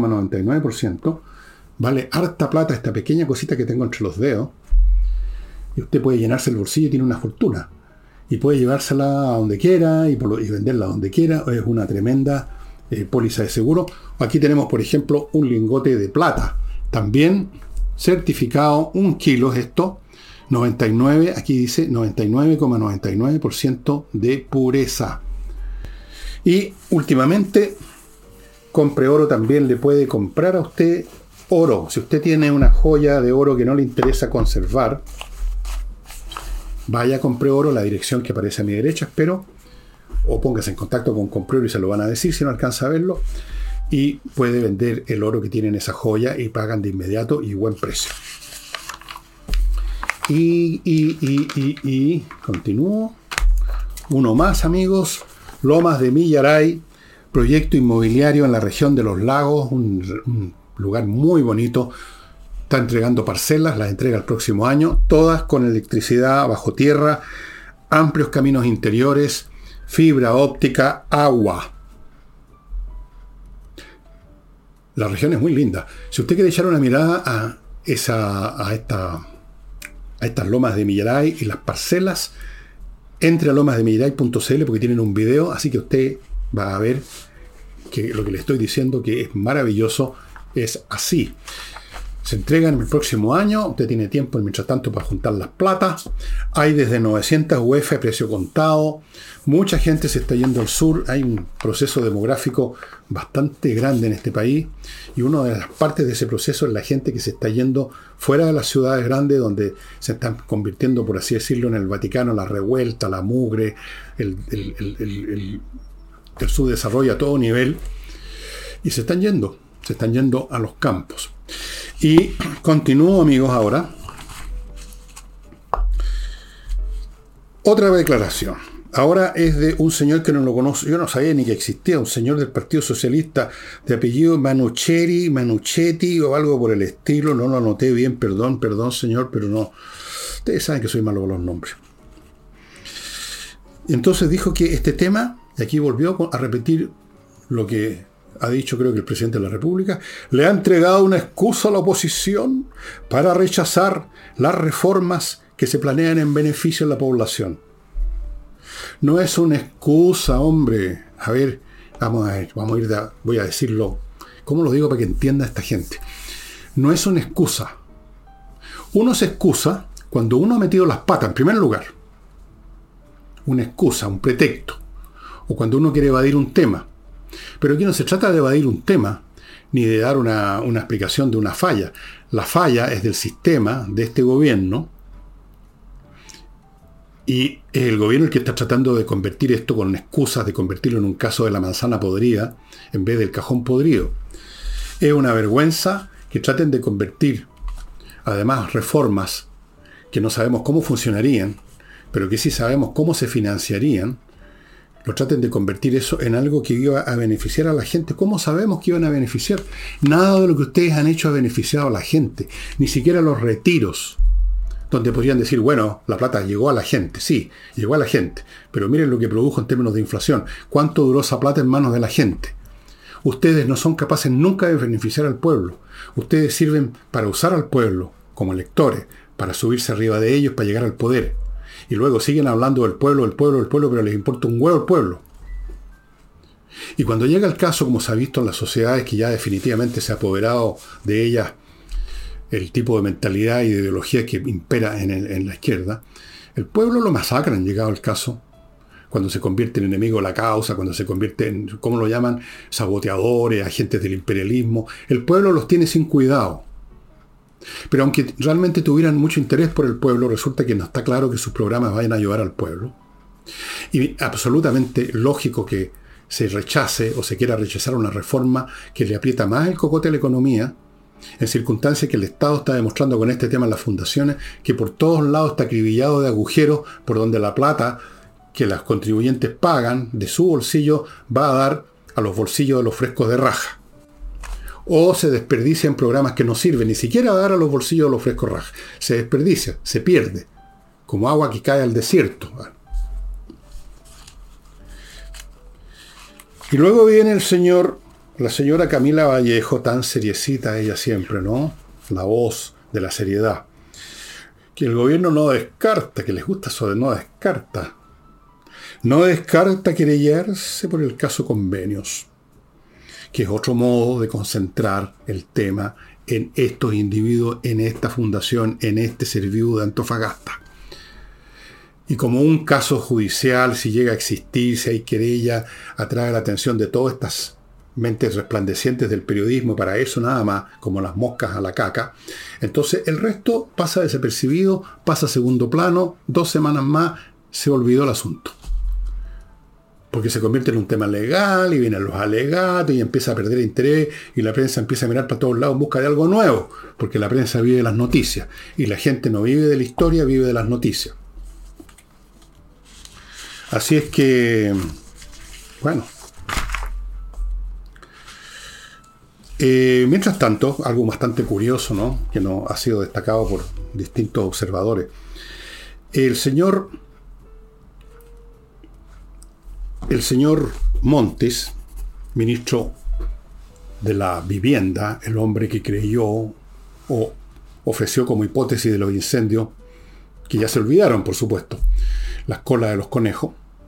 99,99%. Vale harta plata esta pequeña cosita que tengo entre los dedos. Y usted puede llenarse el bolsillo y tiene una fortuna. Y puede llevársela a donde quiera y venderla a donde quiera. Es una tremenda póliza de seguro. Aquí tenemos, por ejemplo, un lingote de plata. También certificado, 1 kilo es esto. 99, aquí dice 99,99% de pureza. Y últimamente, compre oro también le puede comprar a usted oro. Si usted tiene una joya de oro que no le interesa conservar, vaya a compre oro, la dirección que aparece a mi derecha, espero, o póngase en contacto con Comprero y se lo van a decir si no alcanza a verlo, y puede vender el oro que tiene en esa joya y pagan de inmediato y buen precio. Y continúo. Uno más, amigos. Lomas de Millaray, proyecto inmobiliario en la región de Los Lagos, un lugar muy bonito. Está entregando parcelas, las entrega el próximo año, todas con electricidad bajo tierra, amplios caminos interiores, fibra óptica, agua. La región es muy linda. Si usted quiere echar una mirada a estas lomas de Millaray y las parcelas, entre a lomasdemillaray.cl porque tienen un video, así que usted va a ver que lo que le estoy diciendo, que es maravilloso, es así. Se entregan el próximo año, usted tiene tiempo mientras tanto para juntar las platas. Hay desde 900 UF a precio contado. Mucha gente se está yendo al sur. Hay un proceso demográfico bastante grande en este país. Y una de las partes de ese proceso es la gente que se está yendo fuera de las ciudades grandes, donde se están convirtiendo, por así decirlo, en el Vaticano, la revuelta, la mugre, el subdesarrollo a todo nivel. Y se están yendo a los campos. Y continúo, amigos, ahora. Otra declaración. Ahora es de un señor que no lo conozco. Yo no sabía ni que existía. Un señor del Partido Socialista de apellido Manuchetti o algo por el estilo. No lo anoté bien. Perdón, señor, pero no. Ustedes saben que soy malo con los nombres. Entonces dijo que este tema, y aquí volvió a repetir lo que ha dicho, creo que el presidente de la República, le ha entregado una excusa a la oposición para rechazar las reformas que se planean en beneficio de la población. No es una excusa, hombre. A ver, voy a decirlo. ¿Cómo lo digo para que entienda esta gente? No es una excusa. Uno se excusa cuando uno ha metido las patas, en primer lugar. Una excusa, un pretexto. O cuando uno quiere evadir un tema. Pero aquí no se trata de evadir un tema, ni de dar una explicación de una falla. La falla es del sistema, de este gobierno, y es el gobierno el que está tratando de convertir esto con excusas, de convertirlo en un caso de la manzana podrida, en vez del cajón podrido. Es una vergüenza que traten de convertir, además, reformas que no sabemos cómo funcionarían, pero que sí sabemos cómo se financiarían, lo traten de convertir eso en algo que iba a beneficiar a la gente. ¿Cómo sabemos que iban a beneficiar? Nada de lo que ustedes han hecho ha beneficiado a la gente. Ni siquiera los retiros, donde podrían decir, bueno, la plata llegó a la gente. Sí, llegó a la gente. Pero miren lo que produjo en términos de inflación. ¿Cuánto duró esa plata en manos de la gente? Ustedes no son capaces nunca de beneficiar al pueblo. Ustedes sirven para usar al pueblo como electores, para subirse arriba de ellos, para llegar al poder. Y luego siguen hablando del pueblo, pero les importa un huevo el pueblo. Y cuando llega el caso, como se ha visto en las sociedades que ya definitivamente se ha apoderado de ellas el tipo de mentalidad y de ideología que impera en la izquierda, el pueblo lo masacran, llegado el caso, cuando se convierte en enemigo de la causa, cuando se convierte en, ¿cómo lo llaman?, saboteadores, agentes del imperialismo. El pueblo los tiene sin cuidado. Pero aunque realmente tuvieran mucho interés por el pueblo, resulta que no está claro que sus programas vayan a ayudar al pueblo. Y absolutamente lógico que se rechace o se quiera rechazar una reforma que le aprieta más el cocote a la economía, en circunstancias que el Estado está demostrando con este tema en las fundaciones, que por todos lados está acribillado de agujeros por donde la plata que los contribuyentes pagan de su bolsillo va a dar a los bolsillos de los frescos de raja. O se desperdicia en programas que no sirven ni siquiera a dar a los bolsillos de los frescos raja. Se desperdicia, se pierde, como agua que cae al desierto. Y luego viene la señora Camila Vallejo, tan seriecita ella siempre, ¿no? La voz de la seriedad. que el gobierno no descarta, que les gusta eso de no descarta querellarse por el caso Convenios, que es otro modo de concentrar el tema en estos individuos, en esta fundación, en este servicio de Antofagasta. Y como un caso judicial, si llega a existir, si hay querella, atrae la atención de todas estas mentes resplandecientes del periodismo, para eso nada más, como las moscas a la caca, entonces el resto pasa desapercibido, pasa a segundo plano, 2 semanas más, se olvidó el asunto. Porque se convierte en un tema legal y vienen los alegatos y empieza a perder interés y la prensa empieza a mirar para todos lados en busca de algo nuevo, porque la prensa vive de las noticias y la gente no vive de la historia, vive de las noticias. Así es que, bueno. Mientras tanto, algo bastante curioso, ¿no?, que no ha sido destacado por distintos observadores. El señor Montes, ministro de la Vivienda, el hombre que creyó o ofreció como hipótesis de los incendios, que ya se olvidaron, por supuesto, las colas de los conejos,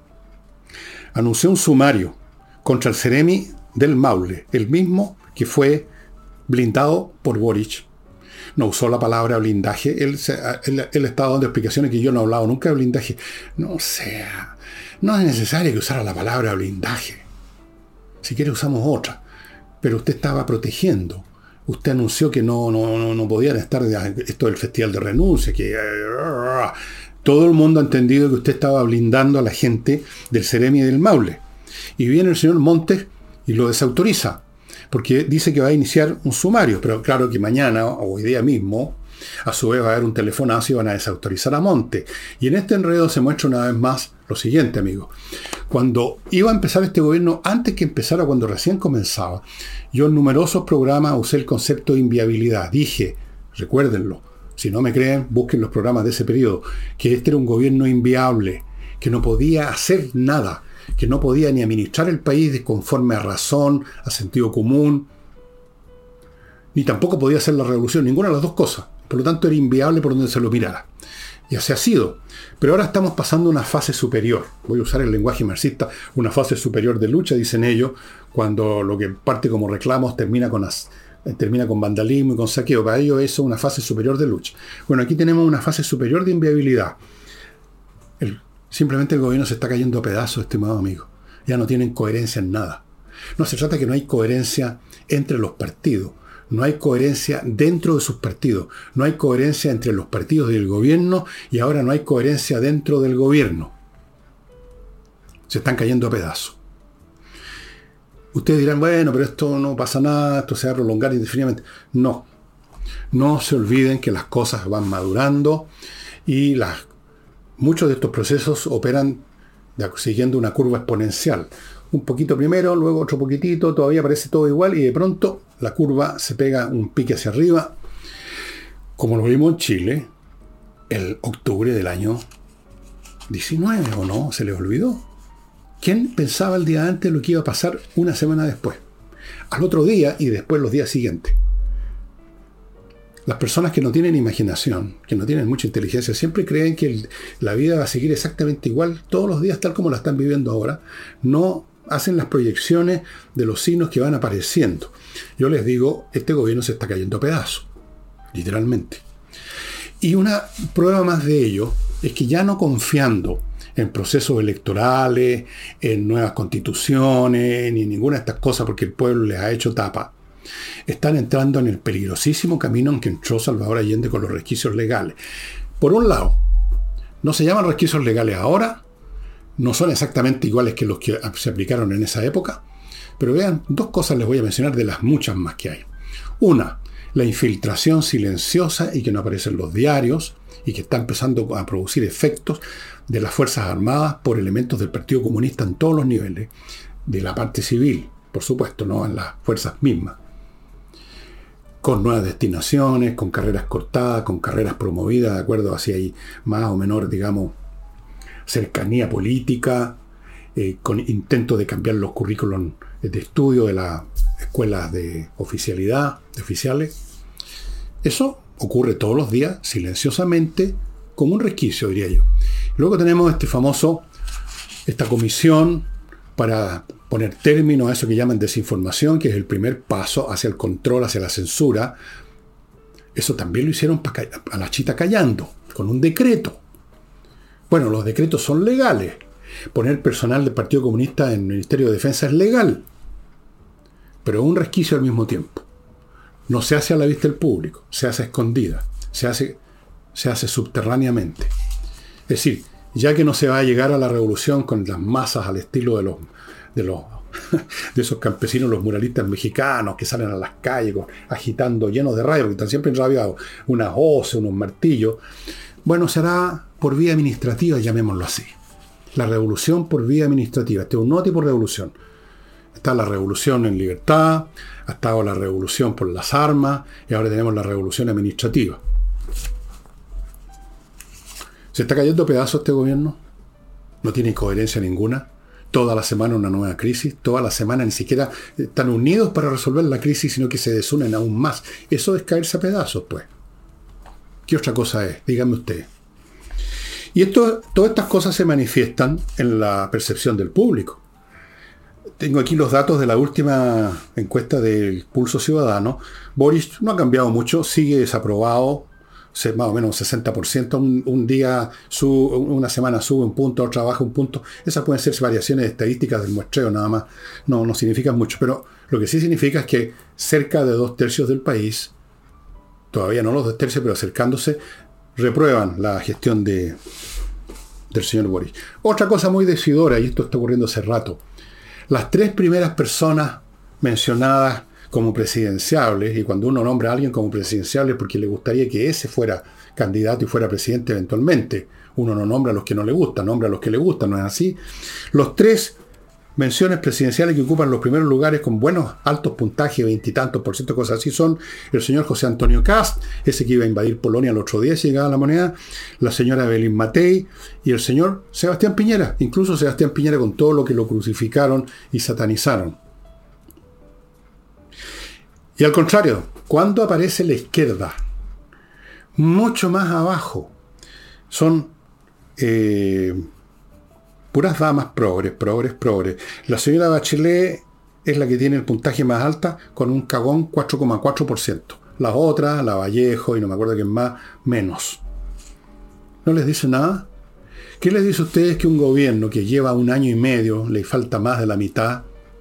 anunció un sumario contra el Ceremi del Maule, el mismo que fue blindado por Boric. No usó la palabra blindaje, él estaba dando explicaciones que yo no he hablado nunca de blindaje. No es necesario que usara la palabra blindaje. Si quiere usamos otra. Pero usted estaba protegiendo. Usted anunció que no podían estar esto del Festival de Renuncia, que todo el mundo ha entendido que usted estaba blindando a la gente del Ceremi y del Maule. Y viene el señor Montes y lo desautoriza, porque dice que va a iniciar un sumario, pero claro que mañana o hoy día mismo, a su vez va a haber un telefonazo y van a desautorizar a Montes. Y en este enredo se muestra una vez más lo siguiente, amigos. Cuando iba a empezar este gobierno, antes que empezara, cuando recién comenzaba, yo en numerosos programas usé el concepto de inviabilidad. Dije, recuérdenlo, si no me creen, busquen los programas de ese periodo, que este era un gobierno inviable, que no podía hacer nada, que no podía ni administrar el país conforme a razón, a sentido común, ni tampoco podía hacer la revolución, ninguna de las dos cosas. Por lo tanto, era inviable por donde se lo mirara. Y así ha sido. Pero ahora estamos pasando a una fase superior. Voy a usar el lenguaje marxista, una fase superior de lucha, dicen ellos, cuando lo que parte como reclamos termina con vandalismo y con saqueo. Para ellos eso es una fase superior de lucha. Bueno, aquí tenemos una fase superior de inviabilidad. Simplemente el gobierno se está cayendo a pedazos, estimado amigo. Ya no tienen coherencia en nada. No se trata que no hay coherencia entre los partidos. No hay coherencia dentro de sus partidos. No hay coherencia entre los partidos y el gobierno, y ahora no hay coherencia dentro del gobierno. Se están cayendo a pedazos. Ustedes dirán, bueno, pero esto no pasa nada, esto se va a prolongar indefinidamente. No. No se olviden que las cosas van madurando y muchos de estos procesos operan siguiendo una curva exponencial. Un poquito primero, luego otro poquitito, todavía parece todo igual y de pronto la curva se pega un pique hacia arriba, como lo vimos en Chile el octubre del año 19, ¿o no? ¿Se les olvidó? ¿Quién pensaba el día antes lo que iba a pasar una semana después? Al otro día y después los días siguientes. Las personas que no tienen imaginación, que no tienen mucha inteligencia, siempre creen que la vida va a seguir exactamente igual todos los días tal como la están viviendo ahora. No hacen las proyecciones de los signos que van apareciendo. Yo les digo, este gobierno se está cayendo a pedazos, literalmente. Y una prueba más de ello es que ya no confiando en procesos electorales, en nuevas constituciones, ni ninguna de estas cosas porque el pueblo les ha hecho tapa, están entrando en el peligrosísimo camino en que entró Salvador Allende con los resquicios legales. Por un lado, no se llaman resquicios legales ahora, no son exactamente iguales que los que se aplicaron en esa época, pero vean, dos cosas les voy a mencionar de las muchas más que hay. Una, la infiltración silenciosa y que no aparece en los diarios y que está empezando a producir efectos de las Fuerzas Armadas por elementos del Partido Comunista en todos los niveles, de la parte civil, por supuesto, no en las fuerzas mismas, con nuevas destinaciones, con carreras cortadas, con carreras promovidas, de acuerdo a si hay más o menor, digamos, cercanía política, con intento de cambiar los currículums de estudio de las escuelas de oficialidad, de oficiales. Eso ocurre todos los días, silenciosamente, como un resquicio, diría yo. Luego tenemos esta comisión para poner término a eso que llaman desinformación, que es el primer paso hacia el control, hacia la censura. Eso también lo hicieron a la chita callando, con un decreto. Bueno, los decretos son legales. Poner personal del Partido Comunista en el Ministerio de Defensa es legal, pero es un resquicio al mismo tiempo. No se hace a la vista del público, se hace a escondida, se hace subterráneamente. Es decir, ya que no se va a llegar a la revolución con las masas al estilo de esos campesinos, los muralistas mexicanos que salen a las calles agitando, llenos de rabia, porque están siempre enrabiados, unas hoces, unos martillos. Bueno, será por vía administrativa, llamémoslo así. La revolución por vía administrativa. Este es un tipo de revolución. Está la revolución en libertad, ha estado la revolución por las armas, y ahora tenemos la revolución administrativa. ¿Se está cayendo a pedazos este gobierno? No tiene coherencia ninguna. Toda la semana una nueva crisis. Toda la semana ni siquiera están unidos para resolver la crisis, sino que se desunen aún más. Eso es caerse a pedazos, pues. ¿Qué otra cosa es? Díganme ustedes. Y todas estas cosas se manifiestan en la percepción del público. Tengo aquí los datos de la última encuesta del Pulso Ciudadano. Boric no ha cambiado mucho, sigue desaprobado, más o menos un 60%. Un día, una semana sube un punto, otra baja un punto. Esas pueden ser variaciones estadísticas del muestreo, nada más. No significan mucho. Pero lo que sí significa es que cerca de 2/3 del país, todavía no los 2/3, pero acercándose, reprueban la gestión del señor Boric. Otra cosa muy decidora, y esto está ocurriendo hace rato. Las 3 primeras personas mencionadas como presidenciables, y cuando uno nombra a alguien como presidenciable es porque le gustaría que ese fuera candidato y fuera presidente eventualmente. Uno no nombra a los que no le gustan, nombra a los que le gustan, ¿no es así? Los 3 menciones presidenciales que ocupan los primeros lugares con buenos, altos puntajes, 20 y tantos %, cosas así, son el señor José Antonio Kast, ese que iba a invadir Polonia el otro día si llegaba la moneda, la señora Evelyn Matei y el señor Sebastián Piñera. Incluso Sebastián Piñera, con todo lo que lo crucificaron y satanizaron. Y al contrario, ¿cuándo aparece la izquierda? Mucho más abajo. Son puras damas progres. La señora Bachelet es la que tiene el puntaje más alta, con un cagón 4,4%. Las otras, la Vallejo y no me acuerdo quién más, menos. ¿No les dice nada? ¿Qué les dice a ustedes que un gobierno que lleva 1 año y medio, le falta más de la mitad,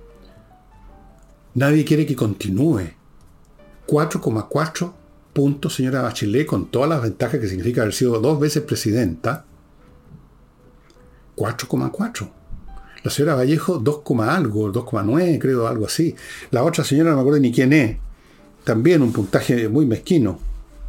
nadie quiere que continúe? 4,4 puntos, señora Bachelet, con todas las ventajas que significa haber sido 2 veces presidenta. 4,4. La señora Vallejo, 2, algo, 2,9, creo, algo así. La otra señora, no me acuerdo ni quién es. También un puntaje muy mezquino.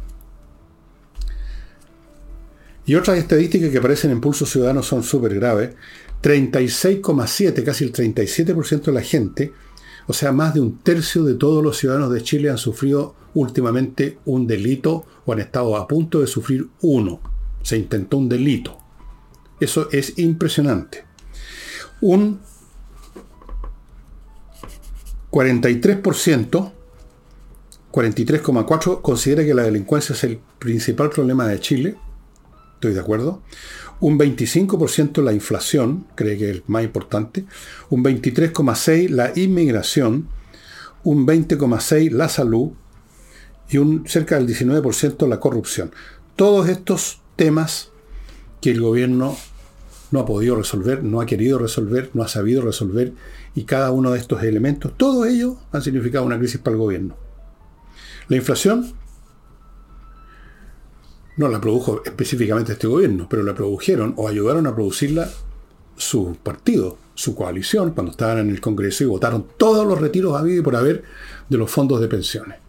Y otras estadísticas que aparecen en Pulso Ciudadano son súper graves. 36,7, casi el 37% de la gente, o sea, más de 1/3 de todos los ciudadanos de Chile han sufrido últimamente un delito o han estado a punto de sufrir uno. Se intentó un delito. Eso es impresionante. Un 43%, 43,4%, considera que la delincuencia es el principal problema de Chile. Estoy de acuerdo. Un 25% la inflación, cree que es el más importante. Un 23,6% la inmigración. Un 20,6% la salud. Y cerca del 19% la corrupción. Todos estos temas que el gobierno no ha podido resolver, no ha querido resolver, no ha sabido resolver, y cada uno de estos elementos, todos ellos han significado una crisis para el gobierno. La inflación no la produjo específicamente este gobierno, pero la produjeron o ayudaron a producirla su partido, su coalición, cuando estaban en el Congreso y votaron todos los retiros habidos y por haber de los fondos de pensiones.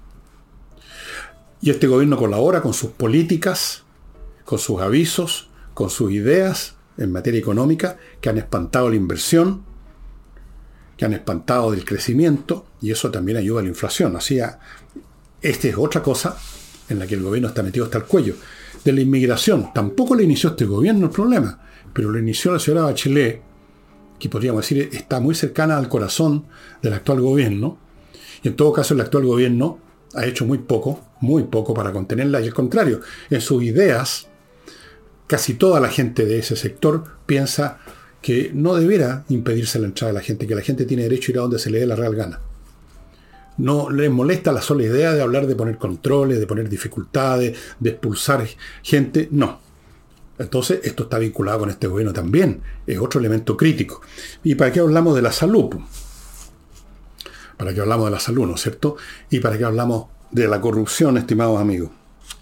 Y este gobierno colabora con sus políticas, con sus avisos, con sus ideas en materia económica, que han espantado la inversión, que han espantado el crecimiento, y eso también ayuda a la inflación. Esta es otra cosa en la que el gobierno está metido hasta el cuello. De la inmigración, tampoco le inició este gobierno el problema, pero lo inició la señora Bachelet, que podríamos decir está muy cercana al corazón del actual gobierno, y en todo caso el actual gobierno ha hecho muy poco para contenerla, y al contrario, en sus ideas, casi toda la gente de ese sector piensa que no debiera impedirse la entrada de la gente, que la gente tiene derecho a ir a donde se le dé la real gana. No les molesta la sola idea de hablar de poner controles, de poner dificultades, de expulsar gente, no. Entonces, esto está vinculado con este gobierno también, es otro elemento crítico. ¿Y para qué hablamos de la salud? ¿Para qué hablamos de la salud, no es cierto? ¿Y para qué hablamos de la corrupción, estimados amigos?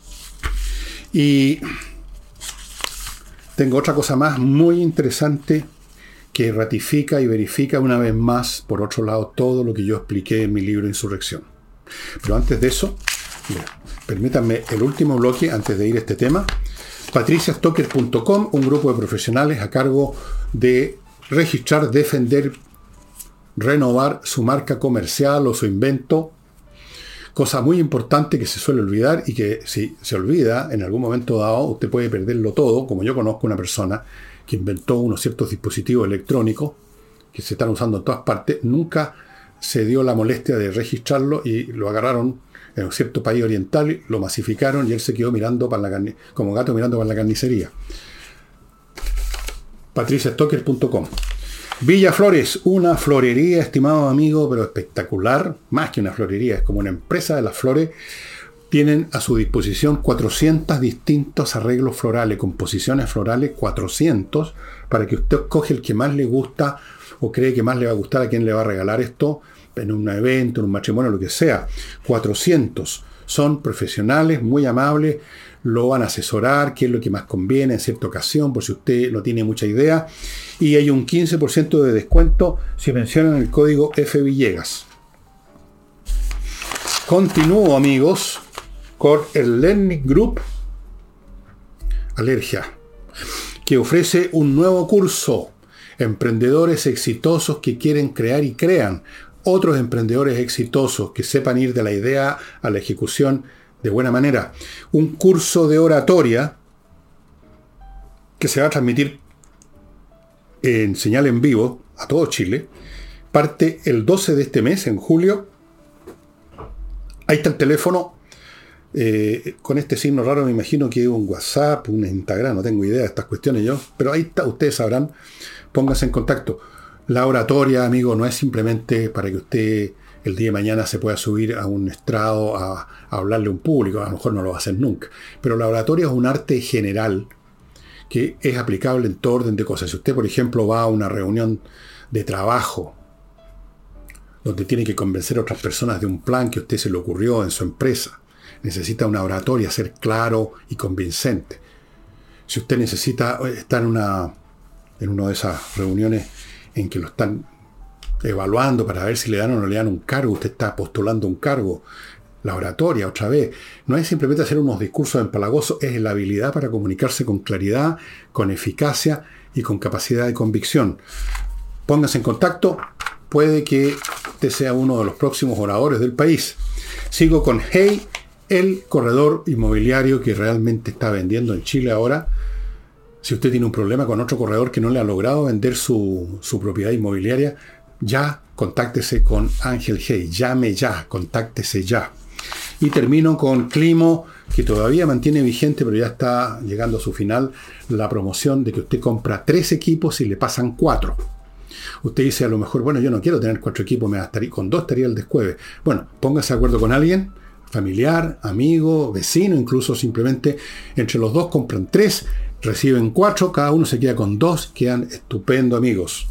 Y tengo otra cosa más muy interesante que ratifica y verifica una vez más, por otro lado, todo lo que yo expliqué en mi libro Insurrección. Pero antes de eso, permítanme el último bloque antes de ir a este tema. patriciastocker.com, un grupo de profesionales a cargo de registrar, defender, renovar su marca comercial o su invento. Cosa muy importante que se suele olvidar y que si se olvida en algún momento dado usted puede perderlo todo, como yo conozco una persona que inventó unos ciertos dispositivos electrónicos que se están usando en todas partes, nunca se dio la molestia de registrarlo y lo agarraron en un cierto país oriental, lo masificaron y él se quedó mirando para como gato mirando para la carnicería. patriciastocker.com. Villa Flores, una florería, estimado amigo, pero espectacular, más que una florería, es como una empresa de las flores. Tienen a su disposición 400 distintos arreglos florales, composiciones florales, 400, para que usted coge el que más le gusta o cree que más le va a gustar a quien le va a regalar esto, en un evento, en un matrimonio, lo que sea. 400. Son profesionales, muy amables, lo van a asesorar, qué es lo que más conviene en cierta ocasión, por si usted no tiene mucha idea. Y hay un 15% de descuento si mencionan el código FVillegas. Continúo, amigos, con el Learning Group Alergia, que ofrece un nuevo curso. Emprendedores exitosos que quieren crear y crean. Otros emprendedores exitosos que sepan ir de la idea a la ejecución de buena manera. Un curso de oratoria que se va a transmitir en señal en vivo a todo Chile. Parte el 12 de este mes, en julio. Ahí está el teléfono. Con este signo raro me imagino que es un WhatsApp, un Instagram, no tengo idea de estas cuestiones yo. Pero ahí está, ustedes sabrán. Pónganse en contacto. La oratoria, amigo, no es simplemente para que usted el día de mañana se pueda subir a un estrado a hablarle a un público. A lo mejor no lo va a hacer nunca. Pero la oratoria es un arte general que es aplicable en todo orden de cosas. Si usted, por ejemplo, va a una reunión de trabajo donde tiene que convencer a otras personas de un plan que a usted se le ocurrió en su empresa, necesita una oratoria, ser claro y convincente. Si usted necesita estar en una de esas reuniones en que lo están evaluando para ver si le dan o no le dan un cargo, usted está postulando un cargo, la oratoria, otra vez, no es simplemente hacer unos discursos empalagosos, es la habilidad para comunicarse con claridad, con eficacia y con capacidad de convicción. Póngase en contacto, puede que usted sea uno de los próximos oradores del país. Sigo con Hey, el corredor inmobiliario que realmente está vendiendo en Chile ahora. Si usted tiene un problema con otro corredor que no le ha logrado vender su propiedad inmobiliaria, ya contáctese con Ángel Hey. Llame ya, contáctese ya. Y termino con Climo, que todavía mantiene vigente, pero ya está llegando a su final, la promoción de que usted compra 3 equipos y le pasan 4. Usted dice a lo mejor, bueno, yo no quiero tener 4 equipos, con 2 estaría el descueve. Bueno, póngase de acuerdo con alguien, familiar, amigo, vecino, incluso simplemente entre los dos compran 3, reciben 4, cada uno se queda con 2, quedan estupendo, amigos.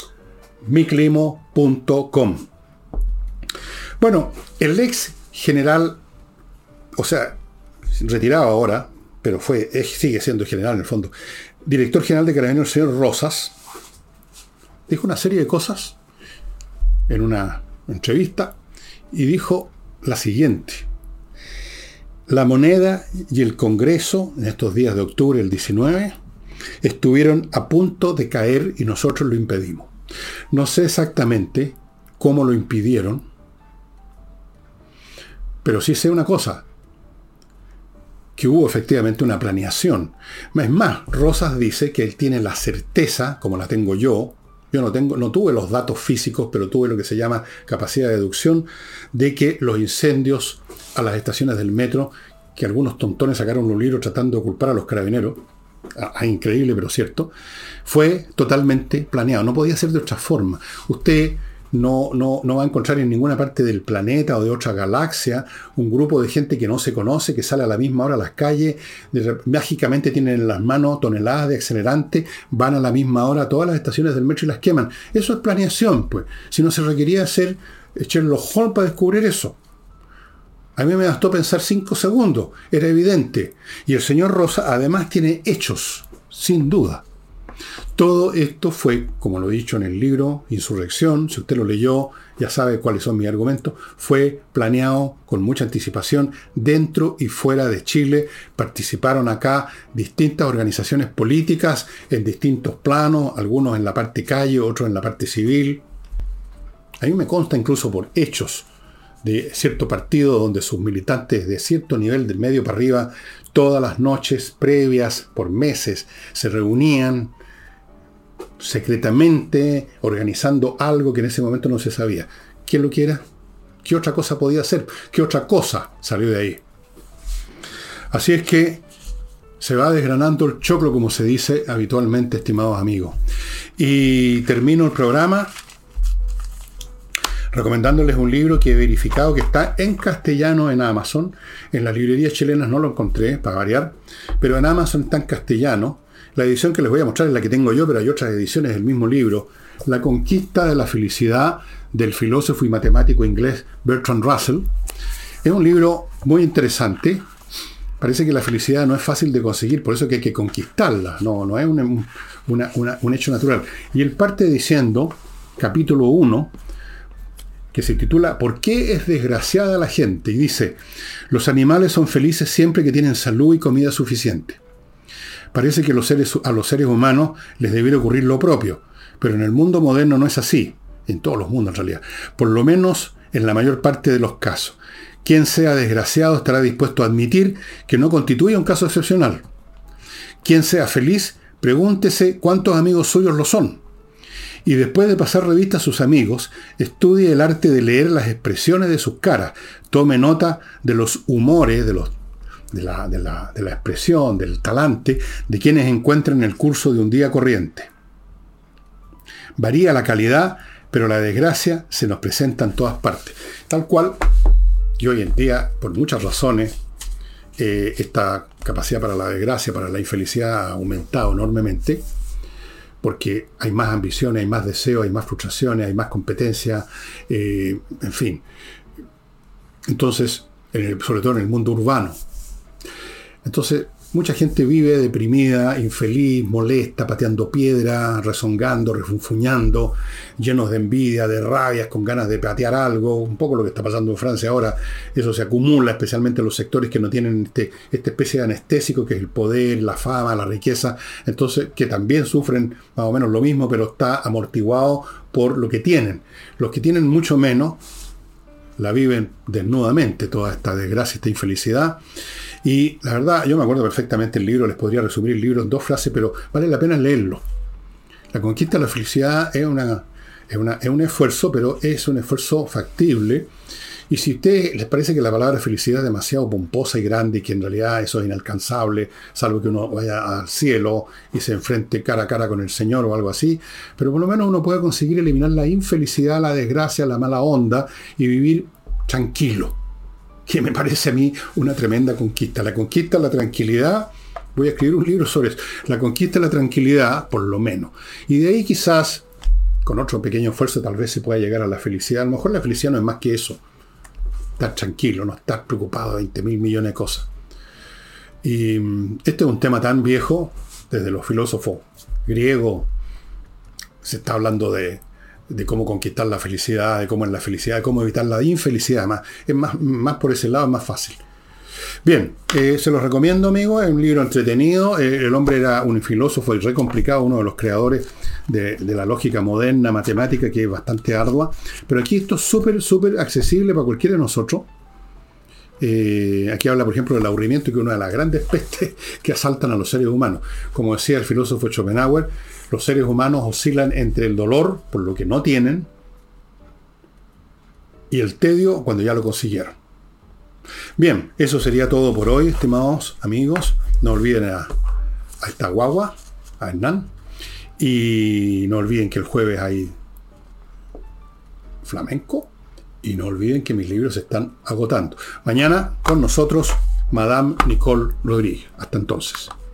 miclimo.com. Bueno, el ex general, o sea, retirado ahora, pero sigue siendo general en el fondo, director general de Carabineros, el señor Rosas, dijo una serie de cosas en una entrevista y dijo la siguiente: la moneda y el Congreso en estos días de octubre, el 19, estuvieron a punto de caer y nosotros lo impedimos. No sé exactamente cómo lo impidieron, pero sí sé una cosa, que hubo efectivamente una planeación. Es más, Rosas dice que él tiene la certeza, como la tengo yo, yo no tuve los datos físicos, pero tuve lo que se llama capacidad de deducción, de que los incendios a las estaciones del metro, que algunos tontones sacaron un libro tratando de culpar a los carabineros, increíble pero cierto, fue totalmente planeado. No podía ser de otra forma. Usted no va a encontrar en ninguna parte del planeta o de otra galaxia un grupo de gente que no se conoce, que sale a la misma hora a las calles, mágicamente tienen en las manos toneladas de accelerante, van a la misma hora a todas las estaciones del metro y las queman. Eso es planeación, pues. Si no se requería hacer Sherlock Holmes para descubrir eso. A mí me bastó pensar 5 segundos, era evidente. Y el señor Rosa además tiene hechos, sin duda. Todo esto fue, como lo he dicho en el libro Insurrección, si usted lo leyó, ya sabe cuáles son mis argumentos, fue planeado con mucha anticipación dentro y fuera de Chile. Participaron acá distintas organizaciones políticas en distintos planos, algunos en la parte calle, otros en la parte civil. A mí me consta incluso por hechos de cierto partido donde sus militantes de cierto nivel, del medio para arriba, todas las noches previas, por meses, se reunían secretamente organizando algo que en ese momento no se sabía. ¿Quién lo quiera? ¿Qué otra cosa podía hacer? ¿Qué otra cosa salió de ahí? Así es que se va desgranando el choclo, como se dice habitualmente, estimados amigos. Y termino el programa recomendándoles un libro que he verificado que está en castellano en Amazon. En las librerías chilenas no lo encontré, para variar, pero en Amazon está en castellano. La edición que les voy a mostrar es la que tengo yo, pero hay otras ediciones del mismo libro. La conquista de la felicidad, del filósofo y matemático inglés Bertrand Russell. Es un libro muy interesante. Parece que la felicidad no es fácil de conseguir, por eso que hay que conquistarla. No es un hecho natural. Y él parte diciendo, capítulo 1, que se titula ¿Por qué es desgraciada la gente? Y dice, los animales son felices siempre que tienen salud y comida suficiente. Parece que a los seres humanos les debiera ocurrir lo propio, pero en el mundo moderno no es así, en todos los mundos en realidad, por lo menos en la mayor parte de los casos. Quien sea desgraciado estará dispuesto a admitir que no constituye un caso excepcional. Quien sea feliz, pregúntese cuántos amigos suyos lo son. Y después de pasar revista a sus amigos, estudie el arte de leer las expresiones de sus caras. Tome nota de los humores, de la expresión, del talante, de quienes encuentran el curso de un día corriente. Varía la calidad, pero la desgracia se nos presenta en todas partes. Tal cual, y hoy en día, por muchas razones, esta capacidad para la desgracia, para la infelicidad ha aumentado enormemente, porque hay más ambiciones, hay más deseos, hay más frustraciones, hay más competencia, en fin. Entonces, sobre todo en el mundo urbano. Entonces, mucha gente vive deprimida, infeliz, molesta, pateando piedra, rezongando, refunfuñando, llenos de envidia, de rabias, con ganas de patear algo. Un poco lo que está pasando en Francia ahora. Eso se acumula, especialmente en los sectores que no tienen esta especie de anestésico, que es el poder, la fama, la riqueza. Entonces, que también sufren más o menos lo mismo, pero está amortiguado por lo que tienen. Los que tienen mucho menos la viven desnudamente, toda esta desgracia, esta infelicidad. Y la verdad, yo me acuerdo perfectamente el libro, les podría resumir el libro en 2 frases, pero vale la pena leerlo. La conquista de la felicidad es un esfuerzo, pero es un esfuerzo factible. Y si a ustedes les parece que la palabra felicidad es demasiado pomposa y grande y que en realidad eso es inalcanzable, salvo que uno vaya al cielo y se enfrente cara a cara con el Señor o algo así, pero por lo menos uno puede conseguir eliminar la infelicidad, la desgracia, la mala onda y vivir tranquilo, que me parece a mí una tremenda conquista. La conquista de la tranquilidad, voy a escribir un libro sobre eso, la conquista de la tranquilidad, por lo menos. Y de ahí quizás, con otro pequeño esfuerzo, tal vez se pueda llegar a la felicidad. A lo mejor la felicidad no es más que eso, estar tranquilo, no estar preocupado de 20.000 millones de cosas. Y este es un tema tan viejo, desde los filósofos griegos, se está hablando de cómo conquistar la felicidad, de cómo es la felicidad, de cómo evitar la infelicidad. Es más por ese lado, es más fácil. Bien, se los recomiendo, amigos. Es un libro entretenido. El hombre era un filósofo y re complicado, uno de los creadores de la lógica moderna, matemática, que es bastante ardua. Pero aquí esto es súper accesible para cualquiera de nosotros. Aquí habla, por ejemplo, del aburrimiento, que es una de las grandes pestes que asaltan a los seres humanos. Como decía el filósofo Schopenhauer, los seres humanos oscilan entre el dolor por lo que no tienen y el tedio cuando ya lo consiguieron. Bien, eso sería todo por hoy, estimados amigos. No olviden a esta guagua, a Hernán. Y no olviden que el jueves hay flamenco. Y no olviden que mis libros se están agotando. Mañana con nosotros, Madame Nicole Rodríguez. Hasta entonces.